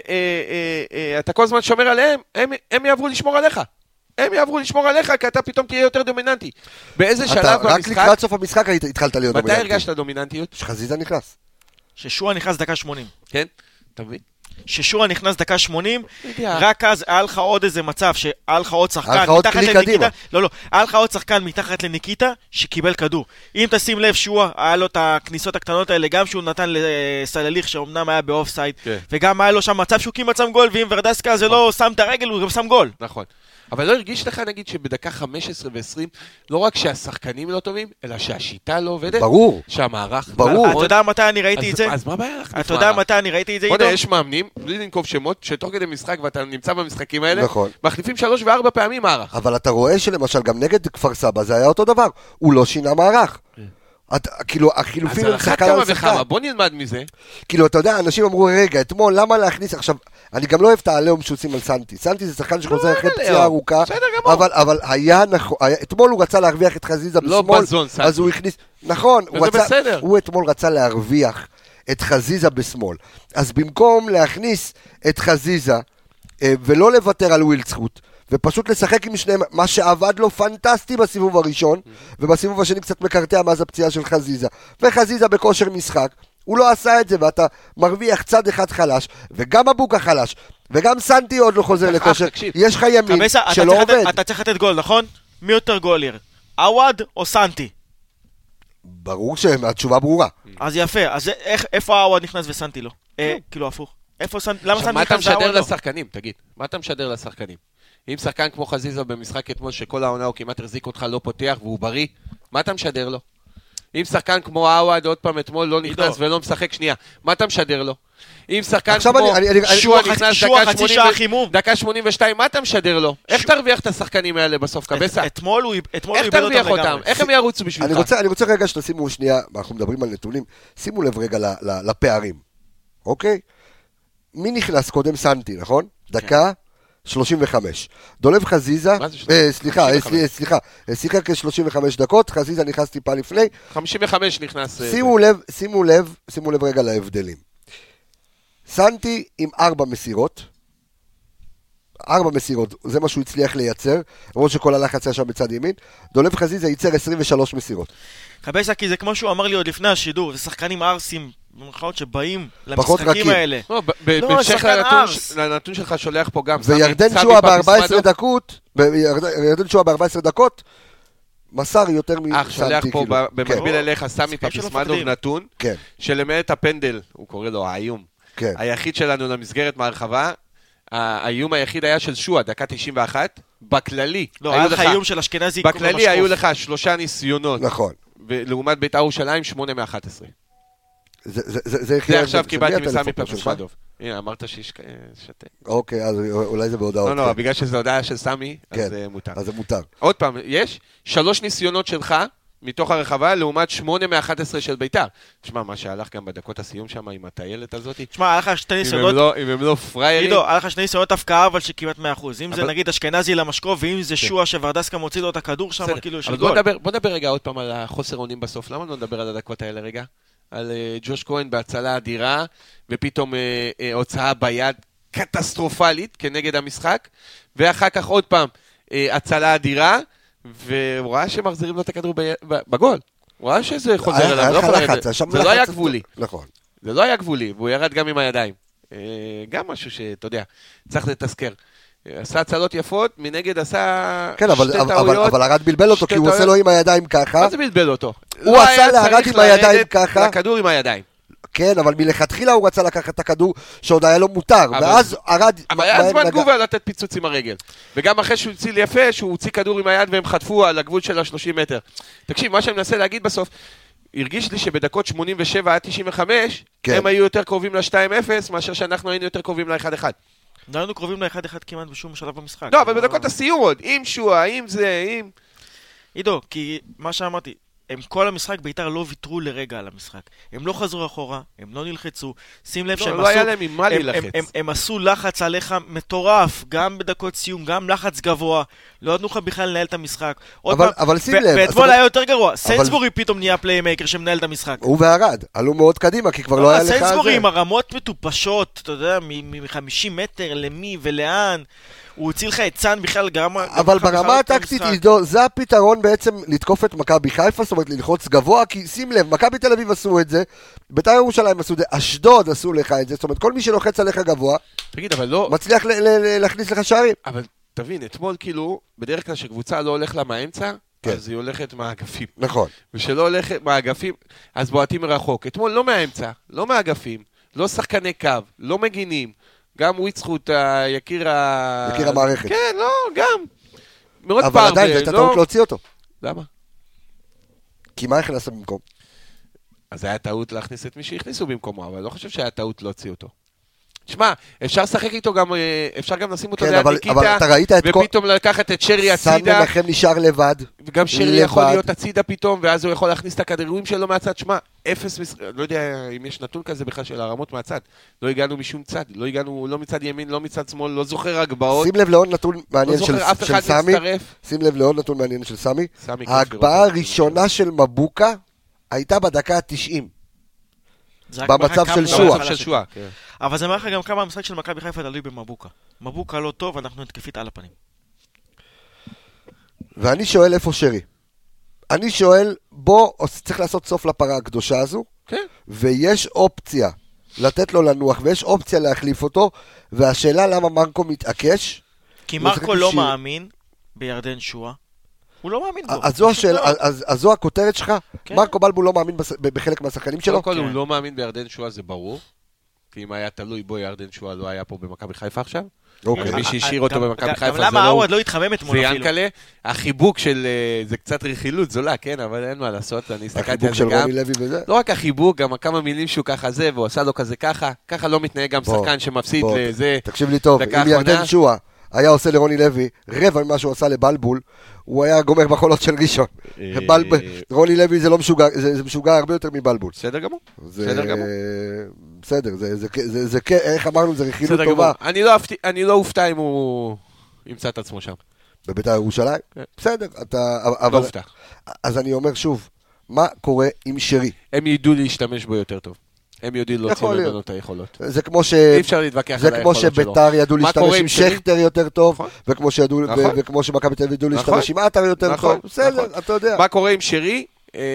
שאתה כל הזמן שומר עליהם, הם יעברו לשמור עליך. הם יעברו לשמור עליך, כי אתה פתאום תהיה יותר דומיננטי. באיזה שלב במשחק... רק לקראת סוף המשחק התחלת להיות דומיננטי. מתי הרגשת דומיננטיות? שחזיזה נכנס. ששועה נכנס דקה 80. כן? אתה מבין? ששועה נכנס דקה 80, רק אז היה לך עוד איזה מצב, שהיה לך עוד שחקן מתחת לניקיטה. לא, היה לך עוד שחקן מתחת לניקיטה שקיבל כדור. אם תשים לב, שועה, היה לו את הכניסות הקטנות האלה, גם שהוא נתן לסלליך, שאומנם היה באופסייד, וגם היה לו שם מצב שהוא כמעט שם גול, ואם ורדסקה זה לא שם את הרגל, הוא גם שם גול. נכון. אבל לא הרגיש לך, נגיד, שבדקה 15 ו-20, לא רק שהשחקנים לא טובים, אלא שהשיטה לא עובדת. ברור. שהמערך... ברור. אתה יודע מתי אני ראיתי את זה? אז מה בעיה לך? אתה יודע מתי אני ראיתי את זה, עידו? יש מאמנים, בלי לנקוב שמות, שתוך כדי משחק, ואתה נמצא במשחקים האלה, נכון. מחליפים 3 ו4 פעמים מערך. אבל אתה רואה שלמשל, גם נגד כפר סבא, זה היה אותו דבר. הוא לא שינה מערך. כאילו, החילופים הם שחקן על שחקן. בוא נלמד מזה. כאילו, אתה יודע, אנשים אמרו, רגע, אתמול, למה להכניס? עכשיו, אני גם לא אוהב את העליהום שעושים על סנטי. סנטי זה שחקן שחוזר אחרי פציעה ארוכה, אבל היה נכון, אתמול הוא רצה להרוויח את חזיזה בשמאל, אז הוא הכניס, נכון, הוא אתמול רצה להרוויח את חזיזה בשמאל. אז במקום להכניס את חזיזה, ולא לוותר על ווילדסחוט, ופשוט לשחק עם שניהם, מה שעבד לו פנטסטי בסיבוב הראשון, ובסיבוב השני קצת מקרטע מאז הפציעה של חזיזה, וחזיזה בכושר משחק, הוא לא עשה את זה, ואתה מרוויח צד אחד חלש, וגם אבוקה חלש, וגם סנטי עוד לא חוזר לכושר, יש לך ימין שלא עובד. אתה צריך לתת גול, נכון? מי יותר גולר? עווד או סנטי? ברור שהתשובה ברורה. אז יפה, אז איפה עווד נכנס וסנטי לא? כאילו הפוך. למה סנטי נכנס ועווד לא? מה אתה משדר לשחקנים, תגיד? מה אתה משדר לשחקנים? אם שחקן כמו חזיזה במשחק אתמול שכל העונה הוא כמעט החזיק אותך לא פותח והוא בריא, מה אתה משדר לו? אם שחקן כמו עווד עוד פעם אתמול לא נכנס ולא משחק שנייה, מה אתה משדר לו? אם שחקן כמו שועה נכנס דקה 82, מה אתה משדר לו? איך תרוויח את השחקנים האלה בסוף קבסה? אתמול הוא איך תרוויח אותם? איך הם ירוצו בשבילך? אני רוצה רגע שתשימו שנייה, אנחנו מדברים על נתונים, שימו לב רגע לפערים, אוקיי? מי נכנס קודם? סנטי, נכון? דקה 35. דולב חזיזה, סליחה, שיחק כ-35 דקות, חזיזה נכנס טיפה לפני. 55 נכנס. שימו לב רגע להבדלים. סנטי עם 4 מסירות. 4 מסירות, זה מה שהוא הצליח לייצר, למרות שכל הלחץ היה שם בצד ימין. דולב חזיזה ייצר 23 מסירות. חבסה, כי זה כמו שהוא אמר לי עוד לפני השידור, זה שחקנים ארסים. במחאות שבאים למשחקים האלה. בהמשך לנתון שלך שולח פה גם וירדן שועה ב-14 דקות מסר יותר מסנטי. שולח פה במקביל אליך סמי פפיסמדוב נתון שלמעט הפנדל, הוא קורא לו האיום היחיד שלנו למסגרת מהרחבה, האיום היחיד היה של שועה, דקה 91 בכללי. לא, היה לך איום של אשכנזי. בכללי היו לך 3 ניסיונות. נכון. ולעומת בית"ר ירושלים 8 מ-11. זה עכשיו קיבלתי מסמי פפיסמדוב. הנה, אמרת שיש שתה. אוקיי, אז אולי זה בהודעות. לא, בגלל שזו הודעה של סמי, אז זה מותר. אז זה מותר. עוד פעם, יש 3 ניסיונות שלך מתוך הרחבה, לעומת 8 מ-11 של בית"ר. תשמע, מה שהלך גם בדקות הסיום שם עם הטיילת הזאת. תשמע, היה לך 2 ניסיונות... אם הם לא פריירים... עידו, היה לך 2 ניסיונות הפקעה, אבל שכמעט 100%. אם זה נגיד אשכנזי למשקוף, ואם זה שועה שוורדסקה מוציא לו את הכדור שם, כאילו של גול. בוא נדבר רגע עוד פעם על החוסר אונים בסוף. למה לא נדבר על הדקות האלה רגע? על ג'וש כהן בהצלה אדירה, ופתאום הוצאה ביד קטסטרופלית כנגד המשחק, ואחר כך עוד פעם הצלה אדירה, והוא ראה שמחזירים לו את הכדור בגול. הוא ראה שזה חוזר אליו, זה לא היה גבולי. נכון. זה לא היה גבולי, והוא ירד גם עם הידיים. גם משהו שאתה יודע, צריך לתזכר. עשה הצלות יפות, מנגד עשה כן, אבל ארד בלבל אותו, כי הוא עושה לו עם הידיים ככה. מה זה בלבל אותו? הוא עשה לארד עם הידיים ככה. לכדור עם הידיים. כן, אבל מלכתחילה הוא רצה לקחת את הכדור שעוד היה לו מותר, ואז ארד... אבל היה זמן גובה לתת פיצוץ עם הרגל. וגם אחרי שהוא הציל יפה, שהוא הוציא כדור עם היד והם חטפו על הגבול של ה-30 מטר. תקשיב, מה שאני מנסה להגיד בסוף, הרגיש לי שבדקות 87 עד 95, הם היו יותר קרובים ל-2-0, מאשר שאנחנו היינו יותר קרובים ל-1-1. לא היינו קרובים ל-1-1 כמעט בשום שלב במשחק. לא, אבל בדקות הסיום עוד, עם שואה, עם זה, עם... עידו, כי מה שאמרתי, הם כל המשחק בית"ר לא ויתרו לרגע על המשחק. הם לא חזרו אחורה, הם לא נלחצו. שים לב שהם לא היה להם עם מה להילחץ. הם עשו לחץ עליך מטורף, גם בדקות סיום, גם לחץ גבוה. לא נתנו לך בכלל לנהל את המשחק. אבל שים לב. ואתמול היה יותר גרוע. סיינסבורי פתאום נהיה פליימייקר שמנהל את המשחק. הוא והרד, עלו מאוד קדימה, כי כבר לא היה לך זה. סיינסבורי עם הרמות מטופשות, אתה יודע, מ-50 מטר למי ולאן. הוא הציל לך את צאן בכלל גרם... אבל ברמה הטקטית, זה הפתרון בעצם לתקוף את מכבי חיפה, זאת אומרת ללחוץ גבוה, כי שים לב, מכבי תל אביב עשו את זה, בית"ר ירושלים עשו את זה, אשדוד עשו לך את זה, זאת אומרת כל מי שלוחץ עליך גבוה, תגיד, אבל לא... מצליח להכניס לך שערים. אבל תבין, אתמול כאילו, בדרך כלל שקבוצה לא הולך לה מהאמצע, אז היא הולכת מהאגפים. נכון. ושלא הולכת מהאגפים, אז בועטים מרחוק. אתמול לא מהאמצע, לא מהאגפים, לא שחקני קו, לא מגינים. גם וויצחוט, יקיר המערכת. כן, לא, גם. מאוד אבל עדיין, זה הייתה טעות להוציא אותו. למה? כי מה הכנסה במקום? אז היה טעות להכניס את מי שהכניסו במקומו, אבל לא חושב שהיה טעות להוציא אותו. תשמע, אפשר לשחק איתו גם, אפשר גם לשים אותו ליד ניקיטה, ופתאום לקחת את שרי הצידה. סן מנחם נשאר לבד. וגם שרי יכול להיות הצידה פתאום, ואז הוא יכול להכניס את הכדורים שלו מהצד. שמע, לא יודע אם יש נתון כזה בכלל של הרמות מהצד. לא הגענו משום צד, לא הגענו לא מצד ימין, לא מצד שמאל, לא זוכר הגבהות. שים לב לעוד נתון מעניין של סמי. שים לב לעוד נתון מעניין של סמי. ההגבהה הראשונה של מבוקה הייתה בדקה ה-90. במצב של שואה. אבל זה מראה לך גם כמה המשחק של מכבי חיפה תלוי במבוקה. מבוקה לא טוב, אנחנו נתקפית על הפנים. ואני שואל איפה שרי. אני שואל, צריך לעשות סוף לפרה הקדושה הזו, ויש אופציה לתת לו לנוח, ויש אופציה להחליף אותו, והשאלה למה מרקו מתעקש. כי מרקו לא מאמין בירדן שואה. הוא לא מאמין בו. אז זו הכותרת שלך? מרקו בלבול לא מאמין בחלק מהשחקנים שלו? קודם כל הוא לא מאמין בירדן שואה, זה ברור. כי אם היה תלוי בו, ירדן שואה לא היה פה במכבי חיפה עכשיו. מי שהשאיר אותו במכבי חיפה זה לא... למה העווד לא התחמם אתמול אפילו? זה ינקלה. החיבוק של... זה קצת רכילות זולה, כן, אבל אין מה לעשות. אני הסתכלתי על זה גם. לא רק החיבוק, גם כמה מילים שהוא ככה זה, והוא עשה לו כזה ככה. ככה לא מתנהג גם שחקן שמפסיד לזה. תקשיב לי טוב, אם ירדן שואה היה עושה לרוני לוי רבע ממה שהוא עשה לבלבול, הוא היה גומר בחולות של ראשון. רוני לוי זה לא משוגע, זה משוגע הרבה יותר מבלבול. בסדר גמור. בסדר, זה איך אמרנו, זה רכילות טובה. אני לא אופתע אם הוא ימצא את עצמו שם. בבית"ר ירושלים? בסדר, לא אופתע. אז אני אומר שוב, מה קורה עם שרי? הם ידעו להשתמש בו יותר טוב. הם יודעים להוציא ממנו את היכולות. זה כמו אי אפשר להתווכח על היכולות שלו. זה כמו שבית"ר ידעו להשתמש עם שכטר יותר טוב, וכמו שמכבי תל אביב ידעו להשתמש עם עטר יותר טוב. בסדר, אתה יודע. מה קורה עם שרי?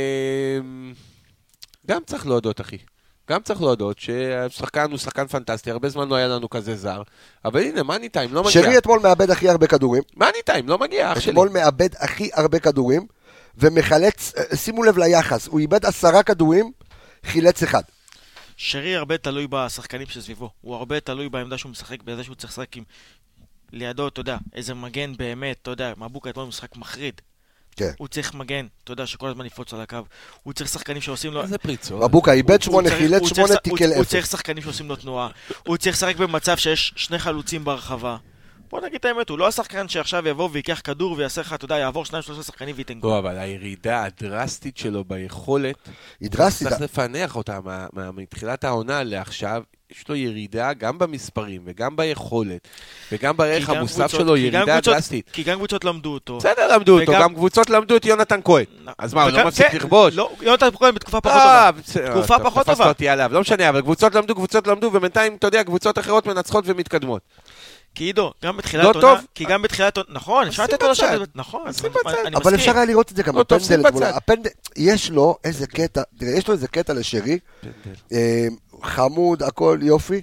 גם צריך להודות, אחי. גם צריך להודות שהשחקן הוא שחקן פנטסטי, הרבה זמן לא היה לנו כזה זר, אבל הנה, מאני טיים, לא מגיע. שרי אתמול מאבד הכי הרבה כדורים. מאני טיים, לא מגיע, אח שלי. אתמול מאבד הכי הרבה כדורים, ומחלץ, שימו לב ליחס, הוא איבד 10 כדורים, חילץ 1. שרי הרבה תלוי בשחקנים שסביבו, הוא הרבה תלוי בעמדה שהוא משחק, באיזה שהוא צריך לשחק עם לידו, אתה יודע, איזה מגן באמת, אתה יודע, מבוקה אתמול משחק מחריד. כן. הוא צריך מגן, אתה יודע, שכל הזמן יפוץ על הקו. הוא צריך שחקנים שעושים לו... איזה פריצות. מבוקה איבד 8, חילץ 8, תיקל 0. הוא צריך שחקנים שעושים לו תנועה. הוא צריך לשחק במצב שיש 2 חלוצים ברחבה. בוא נגיד את האמת, הוא לא השחקן שעכשיו יבוא ויקח כדור ויעשה לך, אתה יודע, יעבור 2-3 שחקנים וייתן גול. לא, אבל הירידה הדרסטית שלו ביכולת, היא דרסטית. צריך לפענח אותה מתחילת העונה לעכשיו, יש לו ירידה גם במספרים וגם ביכולת, וגם בערך המוסף שלו ירידה דרסטית. כי גם קבוצות למדו אותו. בסדר, למדו אותו, גם קבוצות למדו את יונתן כהן. אז מה, הוא לא מפסיק לכבוש? לא, יונתן כהן בתקופה פחות טובה. תקופה פחות טובה. לא משנה, אבל קבוצות למדו, ובינתיים, אתה יודע, קבוצות אחרות מנצחות ומתקדמות. כי עידו, גם בתחילת עונה, כי גם בתחילת עונה, נכון, אפשר לתת לו לשבת, נכון, אבל אפשר היה לראות את זה גם בפנדל, יש לו איזה קטע, תראה, יש לו איזה קטע לשרי, חמוד, הכל יופי,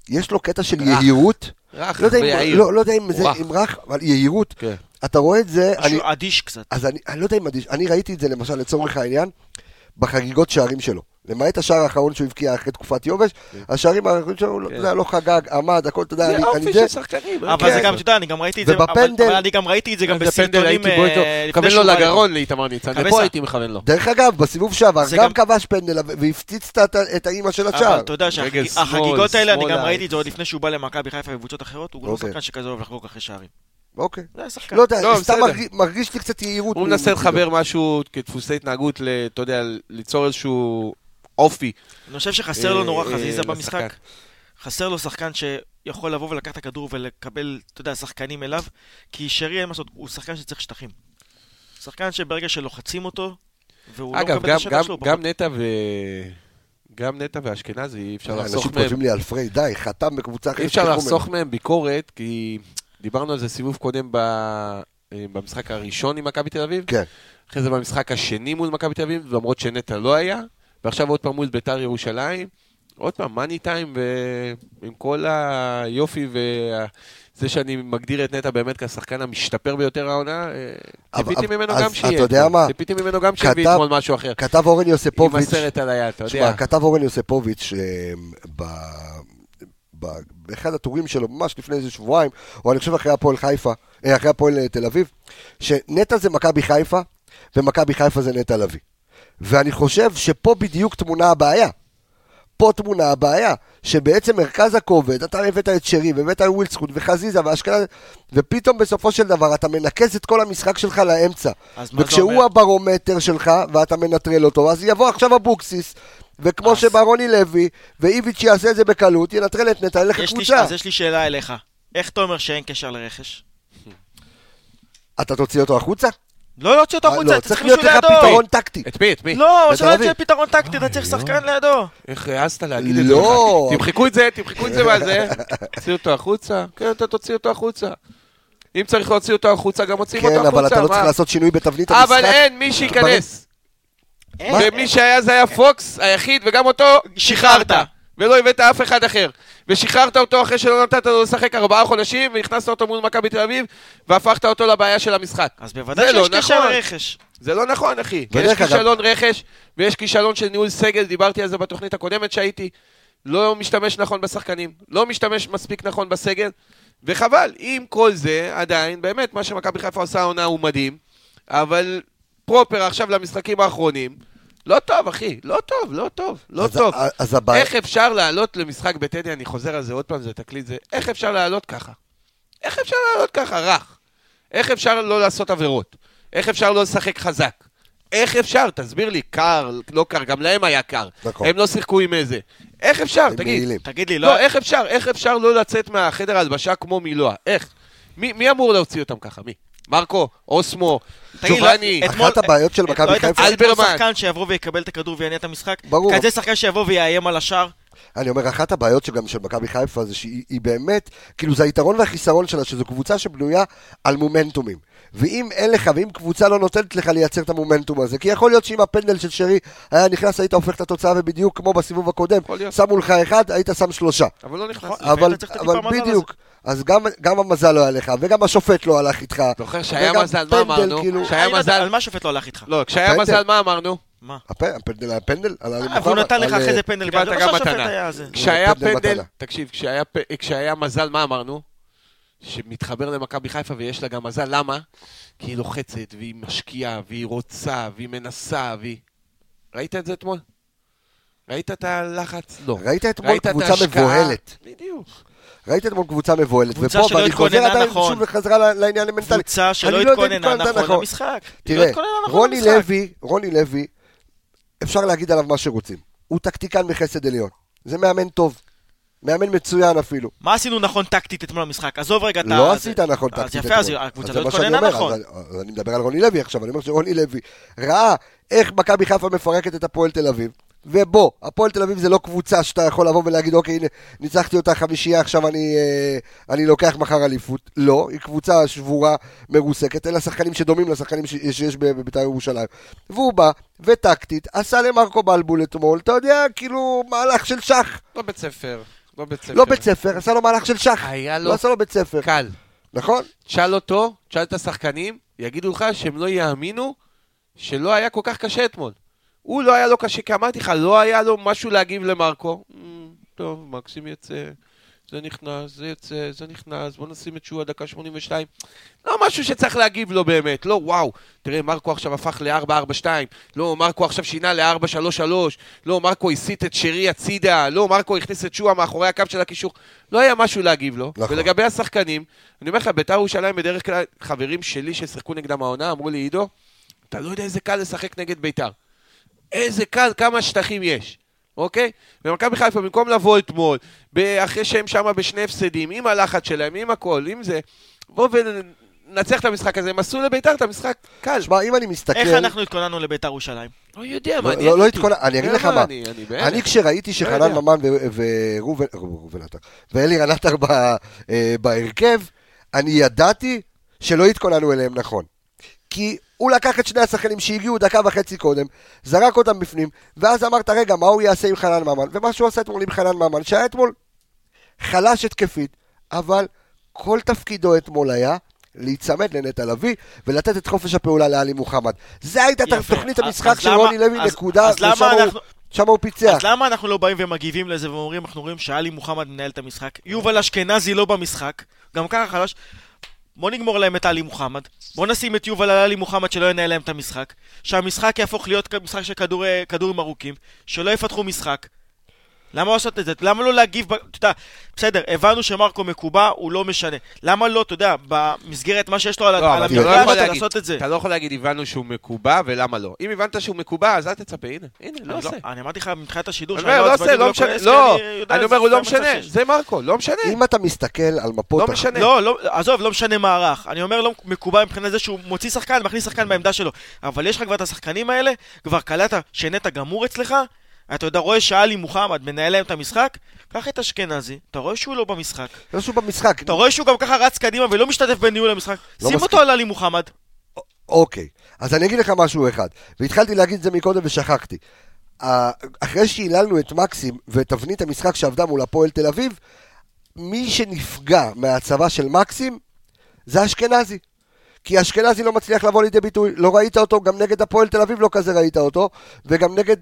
יש לו קטע של יהירות. רך ויעיר. לא יודע אם זה עם רך, אבל יהירות. אתה רואה את זה... משהו אדיש קצת. אז אני לא יודע אם אדיש. אני ראיתי את זה למשל לצורך העניין, בחגיגות שערים שלו. למעט השער האחרון שהוא הבקיע אחרי תקופת יובש, השערים האחרונים שלו, לא חגג, עמד, הכל, אתה יודע, זה אופי של שחקנים. אבל זה גם, אתה יודע, אני גם ראיתי את זה, אבל אני גם ראיתי את זה גם בסרטונים מכוון לו לגרון לאיתמר ניצן, ופה הייתי מכוון לו. דרך אגב, בסיבוב שעבר, גם כבש פנדל, והפציץ את האימא של השער. אבל אתה יודע שהחגיגות האלה, אני גם ראיתי את זה עוד לפני שהוא בא למכבי חיפה ובקבוצות אחרות, הוא לא שחקן שכזה אוהב לחגוג אחרי שערים. אוקיי. לא יודע, סתם מרגיש לי קצת יהירות. הוא מנסה לחבר משהו כדפוסי התנהגות, אתה יודע, ליצור איזשהו אופי. אני חושב שחסר לו נורא חזיזה במשחק. חסר לו שחקן שיכול לבוא ולקח את הכדור ולקבל, אתה יודע, שחקנים אליו, כי שרי אין מסות, הוא שחקן שצריך שטחים. שחקן שברגע שלוחצים אותו, והוא לא מקבל את השטח שלו. גם נטע ואשכנזי, אי אפשר לחסוך מהם. אנשים כותבים לי אלפרי, די, חתם בקבוצה אחרת. אי אפשר לחסוך מהם ביקורת, כי דיברנו על זה סיבוב קודם במשחק הראשון עם מכבי תל אביב. כן. אחרי זה במשחק השני מול מכבי תל אביב, למרות שנטע לא היה. ועכשיו עוד פעם מול בית"ר ירושלים. עוד פעם, מאני טיים, ועם כל היופי וזה שאני מגדיר את נטע באמת כשחקן המשתפר ביותר העונה, ציפיתי ממנו גם שיהיה. אתה יודע מה? ציפיתי ממנו גם שיביא אתמול משהו אחר. כתב אורן יוסיפוביץ'. עם הסרט על היד, אתה יודע. כתב אורן יוסיפוביץ' באחד הטורים שלו, ממש לפני איזה שבועיים, או אני חושב אחרי הפועל חיפה, אחרי הפועל תל אביב, שנטע זה מכבי חיפה, ומכבי חיפה זה נטע לביא. ואני חושב שפה בדיוק תמונה הבעיה. פה תמונה הבעיה, שבעצם מרכז הכובד, אתה הבאת את שרי, והבאת את ווילצחוט וחזיזה ואשכנזי, ופתאום בסופו של דבר אתה מנקז את כל המשחק שלך לאמצע. וכשהוא הברומטר שלך, ואתה מנטרל אותו, אז יבוא עכשיו אבוקסיס, וכמו שברוני לוי, ואיביץ' יעשה את זה בקלות, ינטרל את נטע, ילך לקבוצה. אז יש לי שאלה אליך. איך אתה אומר שאין קשר לרכש? אתה תוציא אותו החוצה? לא להוציא אותו החוצה, צריך להיות לך פתרון טקטי. את מי? לא, שלא יוצא פתרון טקטי, אתה צריך שחקן לידו. איך העזת להגיד את זה? לא. תמחקו את זה ועל זה. תוציא אותו החוצה. כן, אתה תוציא אותו החוצה. אם צריך להוציא אותו החוצה, גם מוציאים אותו החוצה. כן, אבל אתה לא צריך לעשות שינוי בתבנית המשחק. אבל אין מי שייכנס. ומי שהיה זה היה פוקס היחיד, וגם אותו שחררת. ולא הבאת אף אחד אחר. ושחררת אותו אחרי שלא נתת לו לשחק 4 חודשים, והכנסת אותו מול מכבי תל אביב, והפכת אותו לבעיה של המשחק. אז בוודאי שיש קשר לרכש. זה לא נכון, אחי. יש כישלון רכש, ויש כישלון של ניהול סגל, דיברתי על זה בתוכנית הקודמת שהייתי, לא משתמש נכון בשחקנים, לא משתמש מספיק נכון בסגל, וחבל, עם כל זה, עדיין, באמת, מה שמכבי חיפה עושה העונה הוא מדהים, אבל פרופר עכשיו למשחקים האחרונים, לא טוב, אחי, לא טוב. איך אפשר לעלות למשחק בטדי, אני חוזר על זה עוד פעם, זה תקליט זה, איך אפשר לעלות ככה? רך? איך אפשר לא לעשות עבירות? איך אפשר לא לשחק חזק? איך אפשר? תסביר לי, קר, לא קר, גם להם היה קר. הם לא שיחקו עם איזה. איך אפשר? תגיד לי, לא, איך אפשר לא לצאת מהחדר ההלבשה כמו מילואה? איך? מי אמור להוציא אותם ככה? מי? מרקו, אוסמו, ג'ובאני, אחת הבעיות של מכבי חיפה, אלברמן, שחקן שיבוא ויקבל את הכדור ויענה את המשחק, כזה שחקן שיבוא ויאיים על השאר. אני אומר, אחת הבעיות שגם של מכבי חיפה זה שהיא באמת, כאילו זה היתרון והחיסרון שלה, שזו קבוצה שבנויה על מומנטומים. ואם אין לך, ואם קבוצה לא נותנת לך לייצר את המומנטום הזה, כי יכול להיות שאם הפנדל של שרי היה נכנס, היית הופך את התוצאה, ובדיוק כמו בסיבוב הקודם, שמו לך 1, היית שם 3. אבל לא נכנס. אבל בדיוק. אז גם המזל לא היה לך, וגם השופט לא הלך איתך. זוכר שהיה מזל, מה אמרנו? על מה השופט לא הלך איתך? לא, כשהיה מזל, מה אמרנו? מה? הפנדל? והוא נתן לך אחרי זה פנדל. קיבלת גם מתנה. כשהיה פנדל, תקשיב, כשהיה מזל, מה אמרנו? שמתחבר למכבי חיפה ויש לה גם מזל. למה? כי היא לוחצת, והיא משקיעה, והיא רוצה, והיא מנסה, והיא... ראית את זה אתמול? ראית את הלחץ? לא. ראית אתמול קבוצה מבוהלת. בדיוק. ראית אתמול קבוצה מבוהלת. קבוצה שלא התכוננה נכון. שוב וחזרה לעניין המנטלי. קבוצה שלא התכוננה נכון למשחק. תראה, רוני לוי, אפשר להגיד עליו מה שרוצים. הוא טקטיקן מחסד עליון. זה מאמן טוב. מאמן מצוין אפילו. מה עשינו נכון טקטית אתמול במשחק? עזוב רגע את לא עשית נכון טקטית אתמול. אז יפה, אז הקבוצה לא התכוננה נכון. אז אני מדבר על רוני לוי עכשיו, אני אומר שרוני לוי ראה איך מכבי חיפה מפרקת את הפועל תל אביב, ובוא, הפועל תל אביב זה לא קבוצה שאתה יכול לבוא ולהגיד, אוקיי, הנה, ניצחתי אותה 5, עכשיו אני לוקח מחר אליפות. לא, היא קבוצה שבורה, מרוסקת, אלה שחקנים שדומים לשחקנים שיש בבית"ר ירושלים. והוא בא, וטקטית, עשה למרקו בלבול אתמול, אתה יודע, כאילו, מהלך של שח. לא בית ספר. לא בית ספר, עשה לו מהלך של שח. לא עשה לו בית ספר. קל. נכון? תשאל אותו, תשאל את השחקנים, יגידו לך שהם לא יאמינו שלא היה כל כך קשה אתמול. הוא לא היה לו קשה, כי אמרתי לך, לא היה לו משהו להגיב למרקו. טוב, מקסים יצא, זה נכנס, זה יצא, זה נכנס, בוא נשים את שועה דקה 82. לא משהו שצריך להגיב לו באמת, לא וואו, תראה, מרקו עכשיו הפך ל-4-4-2, לא, מרקו עכשיו שינה ל-4-3-3, לא, מרקו הסיט את שרי הצידה, לא, מרקו הכניס את שועה מאחורי הקו של הקישור, לא היה משהו להגיב לו. נכון. ולגבי השחקנים, אני אומר לך, בית"ר ירושלים בדרך כלל, חברים שלי ששיחקו נגדם העונה, אמרו לי, עידו, אתה לא יודע איזה קל לשחק נגד בית"ר. איזה קל, כמה שטחים יש. אוקיי? ומכבי חיפה, במקום לבוא אתמול, אחרי שהם שם בשני הפסדים, עם הלחץ שלהם, עם הכל, עם זה, בוא ונצח את המשחק הזה, הם עשו לבית"ר את המשחק קל. שמע, אם אני מסתכל... איך אנחנו התכוננו לבית"ר ירושלים? לא יודע, לא התכוננו, אני אגיד לך מה. אני כשראיתי שחנן ממן ואלירן עטר בהרכב, אני ידעתי שלא התכוננו אליהם נכון. כי הוא לקח את שני השחקנים שהגיעו דקה וחצי קודם, זרק אותם בפנים, ואז אמרת, רגע, מה הוא יעשה עם חנן ממן? ומה שהוא עשה אתמול עם חנן ממן, שהיה אתמול חלש התקפית, אבל כל תפקידו אתמול היה להיצמד לנטע לביא, ולתת את חופש הפעולה לאלי מוחמד. זה הייתה תוכנית המשחק של רוני לוי, נקודה, שם הוא פיצח. אז למה אנחנו לא באים ומגיבים לזה ואומרים, אנחנו רואים שאלי מוחמד מנהל את המשחק, יובל אשכנזי לא במשחק, גם ככה חלש, בוא נגמור להם את אלי מוחמד, בוא נשים את יובל על אלי מוחמד שלא ינהל להם את המשחק, שהמשחק יהפוך להיות משחק של כדורים ארוכים, שלא יפתחו משחק. למה לא לעשות את זה? למה לא להגיב, אתה יודע, בסדר, הבנו שמרקו מקובע, הוא לא משנה. למה לא, אתה יודע, במסגרת מה שיש לו על המגרש, לעשות את זה? אתה לא יכול להגיד, הבנו שהוא מקובע, ולמה לא? אם הבנת שהוא מקובע, אז אל תצפה, הנה, לא עושה. אני אמרתי לך, מתחילת השידור, לא משנה, לא, אני אומר, הוא לא משנה, זה מרקו, לא משנה. אם אתה מסתכל על מפות... לא משנה. לא, עזוב, לא משנה מערך. אני אומר, לא מקובע מבחינת זה שהוא מוציא שחקן, מכניס שחקן בעמדה שלו. אבל יש לך כבר את השחקנים האלה, כבר קלטת שנטע גמור אצלך, אתה יודע, רואה שאלי מוחמד מנהל להם את המשחק, קח את אשכנזי, אתה רואה שהוא לא במשחק. לא שהוא במשחק. אתה רואה שהוא גם ככה רץ קדימה ולא משתתף בניהול המשחק. שים אותו על אלי מוחמד. אוקיי, אז אני אגיד לך משהו אחד, והתחלתי להגיד את זה מקודם ושכחתי. אחרי שהיללנו את מקסים ותבנית המשחק שעבדה מול הפועל תל אביב, מי שנפגע מההצבה של מקסים זה אשכנזי. כי אשכנזי לא מצליח לבוא לידי ביטוי, לא ראית אותו, גם נגד הפועל תל אביב לא כזה ראית אותו, וגם נגד,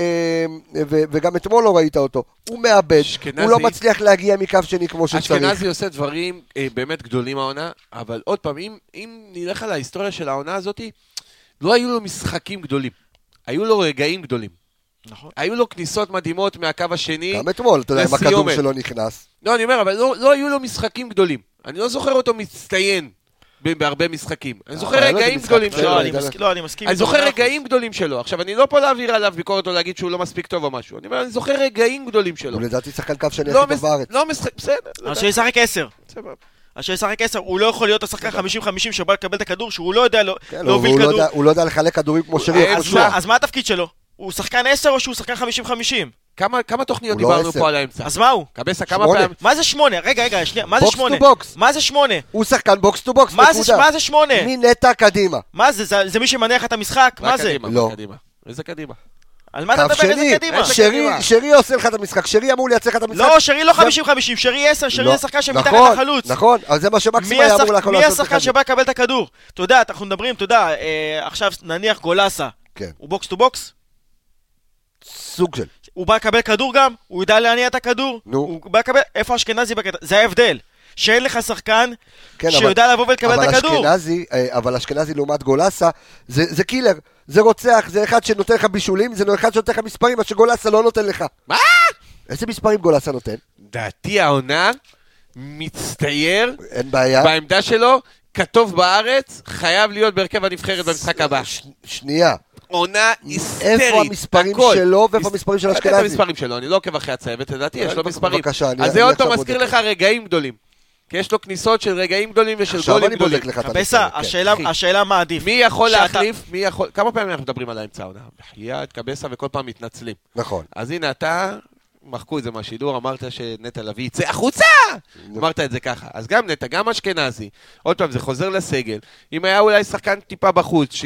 וגם אתמול לא ראית אותו. הוא מאבד, הוא לא מצליח להגיע מקו שני כמו שצריך. אשכנזי עושה דברים באמת גדולים העונה, אבל עוד פעם, אם נלך על ההיסטוריה של העונה הזאת, לא היו לו משחקים גדולים, היו לו רגעים גדולים. נכון. היו לו כניסות מדהימות מהקו השני. גם אתמול, אתה יודע, עם הכדור שלו נכנס. לא, אני אומר, אבל לא היו לו משחקים גדולים. אני לא זוכר אותו מצטיין. בהרבה משחקים. אני זוכר רגעים גדולים שלו. אני מסכים. אני זוכר רגעים גדולים שלו. עכשיו, אני לא פה להעביר עליו ביקורת או להגיד שהוא לא מספיק טוב או משהו. אני זוכר רגעים גדולים שלו. הוא לדעתי שחקן קו שני הכי טוב בארץ. לא משחק, בסדר. אז שישחק 10. אז שישחק 10. הוא לא יכול להיות השחקן 50-50 שבא לקבל את הכדור, שהוא לא יודע להוביל כדור. הוא לא יודע לחלק כדורים כמו שרי. אז מה התפקיד שלו? הוא שחקן 10 או שהוא שחקן 50-50? כמה תוכניות דיברנו פה על האמצע? אז מה הוא? קבסה, כמה פעמים? מה זה 8? רגע, שנייה, מה זה 8? מה זה 8? הוא שחקן בוקס טו בוקס, נקודה. מה זה 8? מנטע קדימה. מה זה? זה מי שמניח את המשחק? מה זה? לא. איזה קדימה? על מה אתה מדבר? איזה קדימה? שרי עושה לך את המשחק, שרי אמור לייצר לך את המשחק. לא, שרי לא 50-50, שרי 10, שרי זה שחקן שמתחת לחלוץ. נכון, אז זה מה שמקסימה היה אמור לעשות. מי השחקן שבא לקבל את הכדור? אתה יודע, אנחנו מדברים, אתה יודע, עכשיו נניח גולסה. הוא בוקס טו בוקס? סוג של. הוא בא לקבל כדור גם, הוא יודע להניע את הכדור, הוא בא לקבל, איפה אשכנזי בקטע? זה ההבדל, שאין לך שחקן שיודע לבוא ולקבל את הכדור. אבל אשכנזי לעומת גולסה, זה קילר, זה רוצח, זה אחד שנותן לך בישולים, זה אחד שנותן לך מספרים, מה שגולסה לא נותן לך. מה? איזה מספרים גולסה נותן? דעתי העונה מצטייר, אין בעיה. בעמדה שלו, כתוב בארץ, חייב להיות בהרכב הנבחרת במשחק הבא. שנייה. עונה היסטרית. איפה המספרים שלו ואיפה המספרים של אשכנזי? איפה המספרים שלו? אני לא עוקב אחרי הצוות, לדעתי, יש לו מספרים. אז זה עוד פעם מזכיר לך רגעים גדולים. כי יש לו כניסות של רגעים גדולים ושל גולים גדולים. קבסה, השאלה מה עדיף. מי יכול להחליף? כמה פעמים אנחנו מדברים על האמצע העונה? בחייאת, קבסה וכל פעם מתנצלים. נכון. אז הנה אתה... מחקו את זה מהשידור, אמרת שנטע לביא יצא החוצה! אמרת את זה ככה. אז גם נטע, גם אשכנזי, עוד פעם, זה חוזר לסגל. אם היה אולי שחקן טיפה בחוץ,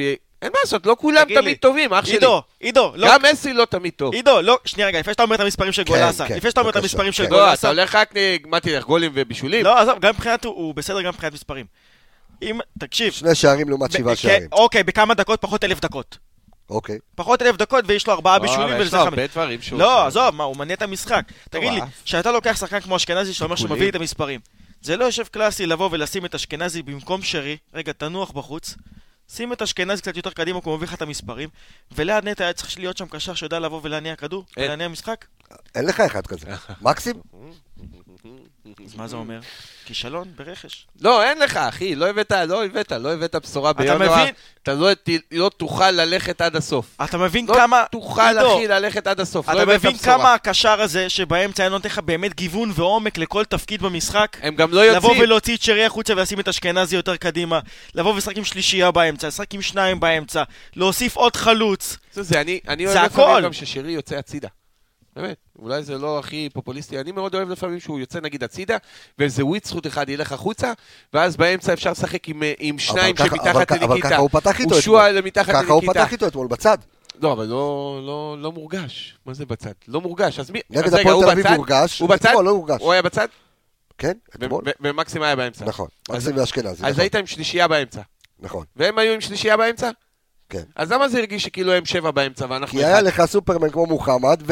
אין מה לעשות, לא כולם תמיד טובים, אח שלי. עידו, גם מסי לא תמיד טוב. עידו, לא, שנייה רגע, לפני שאתה אומר את המספרים של גולסה. לא, אתה הולך רק מה תלך, גולים ובישולים? לא, עזוב, גם מבחינת הוא בסדר, גם מבחינת מספרים. אם, תקשיב. 2 שערים לעומת 7 שערים. אוקיי, בכמה דקות פחות 1,000 דקות. אוקיי. פחות 1,000 דקות ויש לו 4 בישולים יש לו הרבה דברים שהוא... לא, עזוב, מה, הוא מניע את המשחק. תגיד לי, שאתה לוקח שחקן כמו אשכנזי שאומר שמביא את המספרים. זה לא יושב קלאסי לבוא ולשים את אשכנזי במקום שרי, רגע, תנוח בחוץ, שים את אשכנזי קצת יותר קדימה, כמו מביא לך את המספרים, וליד נטע היה צריך להיות שם קשר שיודע לבוא ולהניע כדור, ולהניע משחק. אין לך אחד כזה. מקסים? אז מה זה אומר? כישלון ברכש. לא, אין לך, אחי, לא הבאת בשורה בינואר. אתה לא תוכל ללכת עד הסוף. אתה מבין כמה... לא תוכל, אחי, ללכת עד הסוף. אתה מבין כמה הקשר הזה, שבאמצע נותן לך באמת גיוון ועומק לכל תפקיד במשחק? הם גם לא יוצאים. לבוא ולהוציא את שרי החוצה ולשים את אשכנזי יותר קדימה. לבוא ולשחק עם שלישייה באמצע, לשחק עם 2 באמצע. להוסיף עוד חלוץ. אני אוהב לפעמים גם ששרי יוצא הצידה. באמת, אולי זה לא הכי פופוליסטי, אני מאוד אוהב לפעמים שהוא יוצא נגיד הצידה, ואיזה וויץ זכות אחד ילך החוצה, ואז באמצע אפשר לשחק עם 2 שמתחת לניקיטה. אבל ככה הוא פתח איתו אתמול. ככה הוא פתח איתו אתמול, בצד. לא, אבל לא מורגש. מה זה בצד? לא מורגש. אז מי? נגד הפועל תל אביב מורגש, אתמול לא מורגש. הוא היה בצד? כן, אתמול. ומקסים היה באמצע. נכון, מקסים ואשכנזי. אז היית עם שלישייה באמצע. נכון. והם היו עם שלישייה באמצע? כן. אז למה זה הרגיש שכאילו הם 7 באמצע ואנחנו... כי היה לך סופרמן כמו מוחמד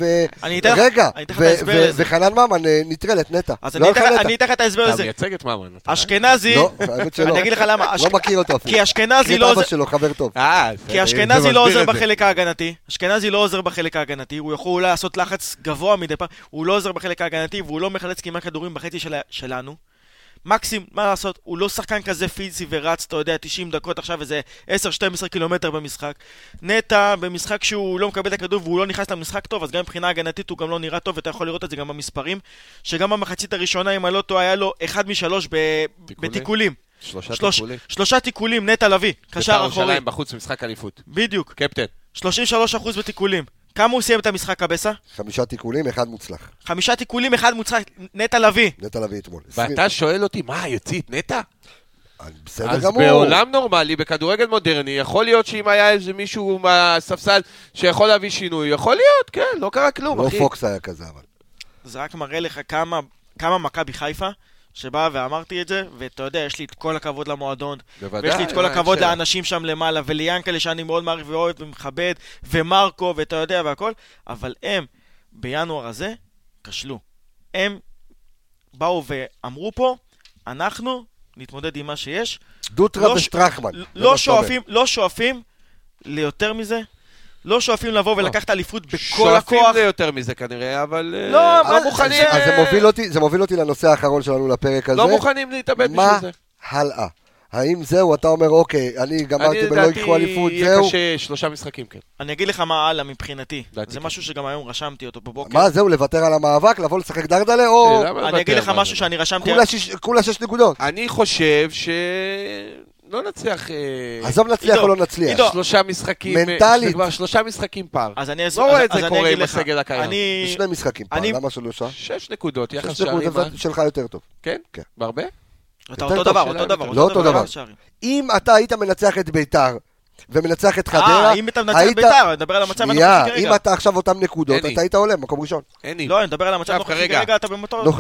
וחנן ממן נטרל את נטע. אז אני אתן לך את ההסבר לזה. אתה מייצג את ממן. אשכנזי... לא, האמת שלא. אני אגיד לך למה. לא מכיר אותו אפילו. כי אשכנזי לא... אבא שלו, חבר טוב. כי אשכנזי לא עוזר בחלק ההגנתי. אשכנזי לא עוזר בחלק ההגנתי. הוא יכול אולי לעשות לחץ גבוה מדי פעם. הוא לא עוזר בחלק ההגנתי והוא לא מחלץ כמעט כדורים בחצי שלנו. מקסים, מה לעשות? הוא לא שחקן כזה פיזי ורץ, אתה יודע, 90 דקות עכשיו איזה 10-12 קילומטר במשחק. נטע, במשחק שהוא לא מקבל את הכדור והוא לא נכנס למשחק טוב, אז גם מבחינה הגנתית הוא גם לא נראה טוב, ואתה יכול לראות את זה גם במספרים, שגם במחצית הראשונה, אם לא טועה, היה לו 1 מ-3 בתיקולים. 3 תיקולים, נטע לביא, קשר אחורי. בית"ר ירושלים בחוץ במשחק אליפות. בדיוק. קפטן. 33% בתיקולים. כמה הוא סיים את המשחק הבסה? 5 תיקולים, 1 מוצלח. 5 תיקולים, 1 מוצלח, נטע לביא. נטע לביא אתמול. ואתה שואל אותי, מה, יוציא את נטע? בסדר גמור. אז בעולם נורמלי, בכדורגל מודרני, יכול להיות שאם היה איזה מישהו מהספסל שיכול להביא שינוי, יכול להיות, כן, לא קרה כלום, אחי. לא פוקס היה כזה, אבל. זה רק מראה לך כמה מכבי חיפה, שבא ואמרתי את זה, ואתה יודע, יש לי את כל הכבוד למועדון, ויש לי את כל הכבוד לאנשים שם למעלה, וליאנקלה שאני מאוד מעריך ואוהב ומכבד, ומרקו, ואתה יודע והכל, אבל הם, בינואר הזה, כשלו. הם באו ואמרו פה, אנחנו נתמודד עם מה שיש. דוטרה ושטרחמן. לא שואפים ליותר מזה, לא שואפים לבוא ולקחת אליפות בכל הכוח. שואפים ליותר מזה כנראה, אבל לא מוכנים. אז זה מוביל אותי לנושא האחרון שלנו לפרק הזה. לא מוכנים להתאבד בשביל זה. מה הלאה? האם זהו, אתה אומר, אוקיי, אני גמרתי ולא יקחו אליפות, זהו? אני לדעתי יהיה קשה 3 משחקים, כן. אני אגיד לך מה הלאה מבחינתי. זה משהו שגם היום רשמתי אותו בבוקר. מה, זהו, לוותר על המאבק, לבוא לשחק דרדלה, או... אני אגיד לך משהו שאני רשמתי... כולה 6 נקודות. אני חושב לא נצליח... עזוב נצליח או לא נצליח. 3 משחקים... מנטלית. כבר 3 משחקים פער. לא רואה את זה קורה עם הסגל הקיים. 2 משחקים פער, למה 3? 6 נקודות, יחס 6 נקודות שלך יותר טוב. כן? בהרבה? אתה אותו דבר. לא אותו דבר. אם אתה היית מנצח את ביתר ומנצח את חדרה... אם אתה מנצח את ביתר, אני מדבר על המצב הנוכחי כרגע. אם אתה עכשיו אותם נקודות, אתה היית עולה, מקום ראשון. לא, אני מדבר על המצב הנוכחי כרגע, אתה במטור...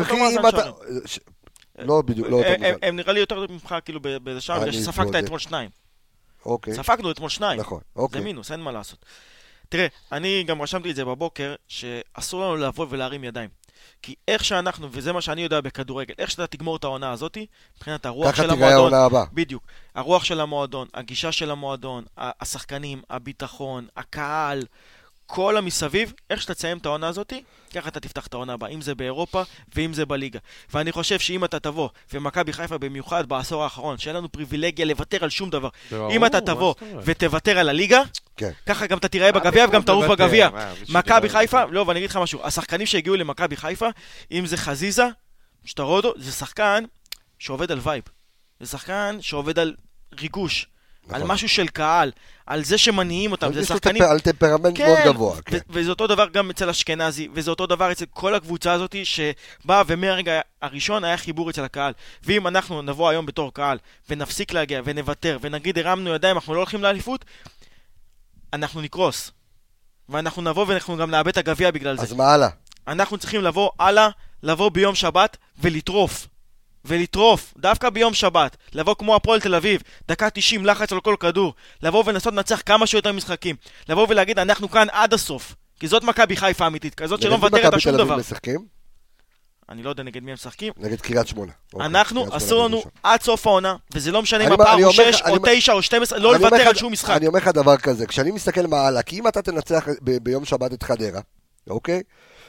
לא בדיוק, לא אותו מובן. הם נראה לי יותר ממך כאילו באיזה שעה, בגלל שספקת אתמול 2. ספקנו אתמול 2. נכון, זה מינוס, אין מה לעשות. תראה, אני גם רשמתי את זה בבוקר, שאסור לנו לבוא ולהרים ידיים. כי איך שאנחנו, וזה מה שאני יודע בכדורגל, איך שאתה תגמור את העונה הזאת, מבחינת הרוח של המועדון, בדיוק, הרוח של המועדון, הגישה של המועדון, השחקנים, הביטחון, הקהל, כל המסביב, איך שאתה תסיים את העונה הזאת, ככה אתה תפתח את העונה הבאה, אם זה באירופה ואם זה בליגה. ואני חושב שאם אתה תבוא, ומכבי חיפה במיוחד בעשור האחרון, שאין לנו פריבילגיה לוותר על שום דבר, אם אתה תבוא ותוותר על הליגה, ככה גם אתה תיראה בגביע וגם תעוף בגביע. מכבי חיפה, לא, ואני אגיד לך משהו, השחקנים שהגיעו למכבי חיפה, אם זה חזיזה, שאתה רואה אותו, זה שחקן שעובד על וייב. זה שחקן שעובד על ריגוש. על משהו של קהל, על זה שמניעים אותם, זה שחקנים... על טמפרמנט מאוד גבוה. וזה אותו דבר גם אצל אשכנזי, וזה אותו דבר אצל כל הקבוצה הזאת, שבאה ומהרגע הראשון היה חיבור אצל הקהל. ואם אנחנו נבוא היום בתור קהל, ונפסיק להגיע, ונוותר, ונגיד הרמנו ידיים, אנחנו לא הולכים לאליפות, אנחנו נקרוס. ואנחנו נבוא ואנחנו גם נאבד את הגביע בגלל זה. אז מה הלאה? אנחנו צריכים לבוא הלאה, לבוא ביום שבת ולטרוף, דווקא ביום שבת, לבוא כמו הפועל תל אביב, דקה 90 לחץ על כל כדור, לבוא ונסות לנצח כמה שיותר משחקים, לבוא ולהגיד אנחנו כאן עד הסוף, כי זאת מכבי חיפה אמיתית, כזאת שלא מוותרת על שום דבר. אני לא יודע נגד מי הם משחקים. נגד קריית שמונה. אנחנו, אסור לנו עד סוף העונה, וזה לא משנה אם הפער הוא 6 או 9 או 12, לא לוותר על שום משחק. אני אומר לך דבר כזה, כשאני מסתכל מעלה, כי אם אתה תנצח ביום שבת את חדרה, אוקיי?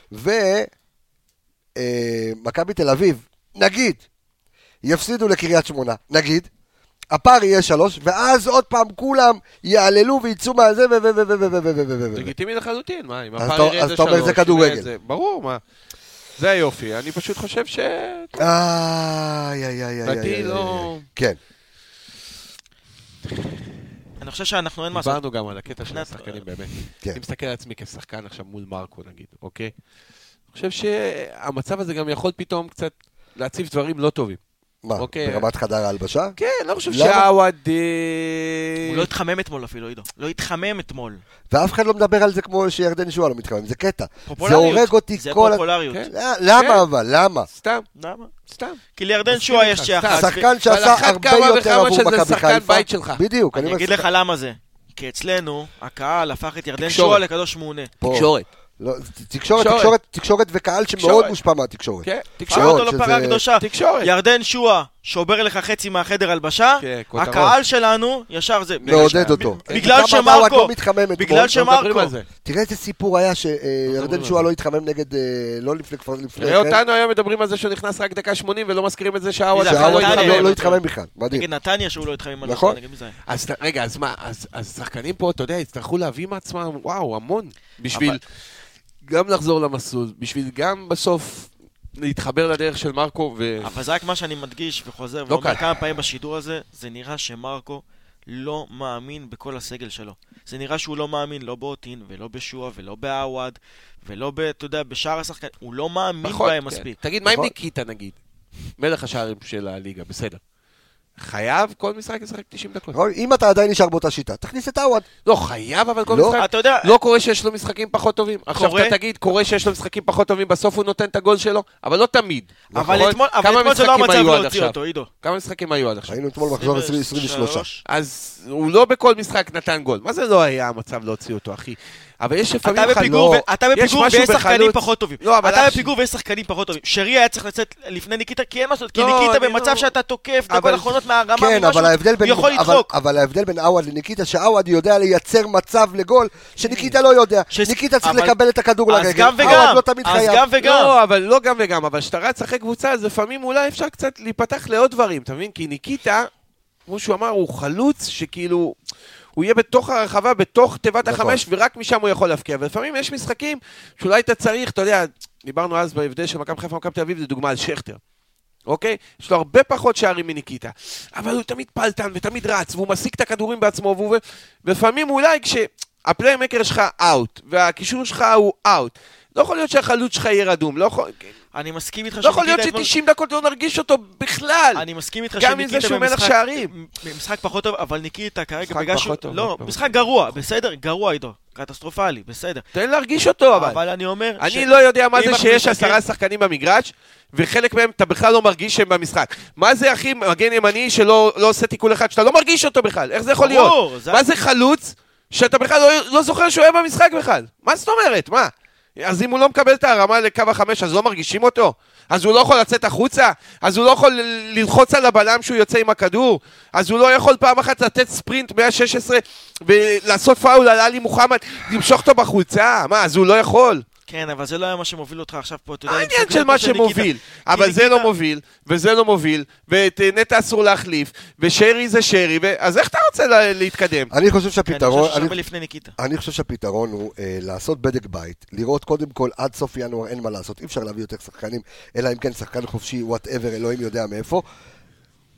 ומכבי תל אביב, נגיד, יפסידו לקריית שמונה, נגיד, הפער יהיה 3, ואז עוד פעם כולם יעללו ויצאו מהזה לגיטימי לחלוטין, מה? אם הפער יהיה 3. אז אתה אומר זה כדורגל. ברור, מה? זה היופי, אני פשוט חושב ש... באתי לא... כן. אני חושב שאנחנו אין משהו. דיברנו גם על הקטע של השחקנים באמת. אני מסתכל על עצמי כשחקן עכשיו מול מרקו נגיד, אוקיי? אני חושב שהמצב הזה גם יכול פתאום קצת להציב דברים לא טובים. מה? ברמת חדר ההלבשה? כן, לא חושב שהעווד... הוא לא התחמם אתמול אפילו, עידו. לא התחמם אתמול. ואף אחד לא מדבר על זה כמו שירדן שועה לא מתחמם. זה קטע. זה הורג אותי כל... זה פופולריות. למה אבל? למה? סתם. למה? סתם. כי לירדן שועה יש שחק. שחקן שעשה הרבה יותר עבור מכבי חיפה. בדיוק. אני אגיד לך למה זה. כי אצלנו, הקהל הפך את ירדן שועה לקדוש מעונה. תקשורת. תקשורת וקהל שמאוד מושפע מהתקשורת. תקשורת או לא פרה קדושה. ירדן שועה שובר לך חצי מהחדר הלבשה, הקהל שלנו ישר זה מעודד אותו. בגלל שמרקו תראה איזה סיפור היה שירדן שועה לא התחמם נגד, לא לפני ראה אותנו היום מדברים על זה שהוא נכנס רק דקה 80 ולא מזכירים את זה שהעווד לא התחמם בכלל. נגד נתניה שהוא לא התחמם. נכון. אז רגע, אז מה, אז שחקנים פה, אתה יודע, יצטרכו להביא מעצמם, וואו, המון, בשביל גם לחזור למסלול, בשביל גם בסוף להתחבר לדרך של מרקו. אבל זה רק מה שאני מדגיש וחוזר ואומר כמה פעמים בשידור הזה, זה נראה שמרקו לא מאמין בכל הסגל שלו. זה נראה שהוא לא מאמין לא באוטין ולא בשועה ולא בעווד ולא אתה יודע, בשאר השחקנים, הוא לא מאמין בהם מספיק. תגיד, מה עם ניקיטה נגיד? מלך השערים של הליגה, בסדר. חייב כל משחק לשחק 90 דקות. אם אתה עדיין נשאר באותה שיטה, תכניס את העווד. לא, חייב אבל כל משחק. לא קורה שיש לו משחקים פחות טובים. עכשיו אתה תגיד, קורה שיש לו משחקים פחות טובים, בסוף הוא נותן את הגול שלו, אבל לא תמיד. אבל אתמול זה לא המצב להוציא אותו, עידו. כמה משחקים היו עד עכשיו? היינו אתמול מחזור 23. אז הוא לא בכל משחק נתן גול. מה זה לא היה המצב להוציא אותו, אחי? אבל יש לפעמים אתה בפיגור ויש שחקנים פחות טובים. אתה בפיגור ויש שחקנים פחות טובים. שרי היה צריך לצאת לפני ניקיטה, כי אין משהו, כי ניקיטה במצב שאתה תוקף דקות אחרונות מהרמה ממשהו, הוא יכול לדחוק. אבל ההבדל בין עווד לניקיטה, שעווד יודע לייצר מצב לגול, שניקיטה לא יודע. ניקיטה צריך לקבל את הכדור לרגל. עווד לא תמיד חייב. אז גם וגם. לא גם וגם, אבל שאתה רץ אחרי קבוצה, אז לפעמים אולי אפשר קצת להיפתח לעוד דברים, אתה מבין? כי ניקיטה, כמו שהוא אמר, הוא חלוץ שכאילו הוא יהיה בתוך הרחבה, בתוך תיבת החמש, ורק משם הוא יכול להפקיע. ולפעמים יש משחקים שאולי אתה צריך, אתה יודע, דיברנו אז בהבדל של מכבי חיפה ומכבי תל אביב, זה דוגמה על שכטר. אוקיי? יש לו הרבה פחות שערים מניקיטה. אבל הוא תמיד פלטן ותמיד רץ, והוא מסיק את הכדורים בעצמו, ולפעמים אולי כשהפליימקר שלך אאוט, והקישור שלך הוא אאוט, לא יכול להיות שהחלוץ שלך יהיה רדום, אני מסכים איתך לא יכול להיות ש90 דקות לא נרגיש אותו בכלל. אני מסכים איתך גם מזה שהוא מלך שערים. משחק פחות טוב, אבל ניקיטה כרגע בגלל שהוא... לא, משחק גרוע, בסדר, גרוע איתו. קטסטרופלי, בסדר. תן להרגיש אותו, אבל אני אומר... אני לא יודע מה זה שיש 10 שחקנים במגרש, וחלק מהם אתה בכלל לא מרגיש שהם במשחק. מה זה, אחי, מגן ימני שלא עושה תיקול אחד, שאתה לא מרגיש אותו בכלל? איך זה יכול להיות? מה זה חלוץ שאתה בכלל לא זוכר שהוא היה במשחק בכלל? מה זאת אומרת? מה? אז אם הוא לא מקבל את הרמה לקו החמש, אז לא מרגישים אותו? אז הוא לא יכול לצאת החוצה? אז הוא לא יכול ללחוץ על הבלם שהוא יוצא עם הכדור? אז הוא לא יכול פעם אחת לתת ספרינט 116 ולעשות פאול על עלי מוחמד, למשוך אותו בחולצה? מה, אז הוא לא יכול? כן, אבל זה לא היה מה שמוביל אותך עכשיו פה, אתה יודע... העניין של מה שמוביל, אבל זה לא מוביל, וזה לא מוביל, ואת נטע אסור להחליף, ושרי זה שרי, אז איך אתה רוצה להתקדם? אני חושב שהפתרון... אני חושב שהפתרון הוא לעשות בדק בית, לראות קודם כל עד סוף ינואר אין מה לעשות, אי אפשר להביא יותר שחקנים, אלא אם כן שחקן חופשי, whatever, אלוהים יודע מאיפה,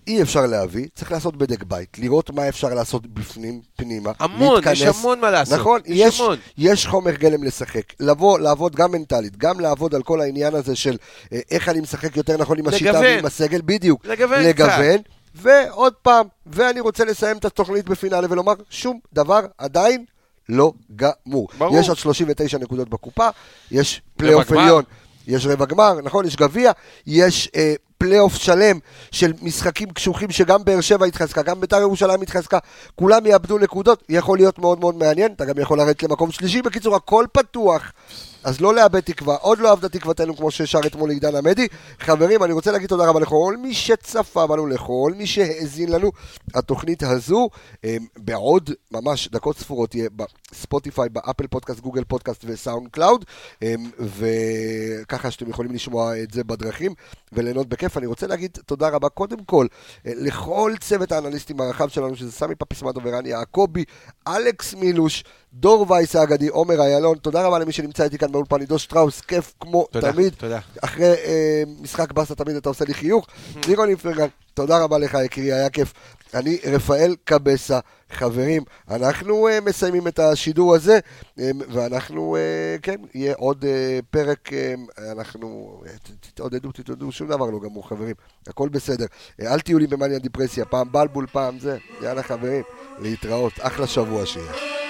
אי אפשר להביא, צריך לעשות בדק בית, לראות מה אפשר לעשות בפנים, פנימה, המון, להתכנס, יש המון מה לעשות. נכון, יש חומר גלם לשחק, לעבוד גם מנטלית, גם לעבוד על כל העניין הזה של איך אני משחק יותר נכון עם השיטה ועם הסגל, בדיוק, לגוון, ועוד פעם, ואני רוצה לסיים את התוכנית בפינאלה ולומר, שום דבר עדיין לא גמור. ברור. יש עוד 39 נקודות בקופה, יש פלייאוף עליון, יש רבע גמר, נכון, יש גביע, יש פלייאוף שלם של משחקים קשוחים שגם באר שבע התחזקה, גם בית"ר ירושלים התחזקה, כולם יאבדו נקודות, יכול להיות מאוד מאוד מעניין, אתה גם יכול לרדת למקום שלישי, בקיצור הכל פתוח, אז לא לאבד תקווה, עוד לא אבדה תקוותנו כמו ששר אתמול עידן עמדי. חברים, אני רוצה להגיד תודה רבה לכל מי שצפה בנו, לכל מי שהאזין לנו. התוכנית הזו בעוד ממש דקות ספורות תהיה בספוטיפיי, באפל פודקאסט, גוגל פודקאסט וסאונד קלאוד, וככה שאתם יכולים לשמוע את זה בדרכים וליהנות בכיף. אני רוצה להגיד תודה רבה קודם כל לכל צוות האנליסטים הרחב שלנו, שזה סמי פפיסמדו ורני יעקובי, אלכס מילוש, דור וייס האגדי, עומר איילון. תודה רבה למי שנמצא איתי כאן באולפן, עידו שטראוס, כיף כמו תמיד. תודה. אחרי משחק בסה תמיד אתה עושה לי חיוך. נירון איפרגן, תודה רבה לך יקרי, היה כיף. אני רפאל קבסה. חברים, אנחנו מסיימים את השידור הזה, ואנחנו, כן, יהיה עוד פרק, אנחנו, תתעודדו, שום דבר לא גמור, חברים, הכל בסדר. אל תהיו לי במאניה דיפרסיה, פעם בלבול, פעם זה, יאללה חברים, להתראות, אחלה שבוע שיהיה.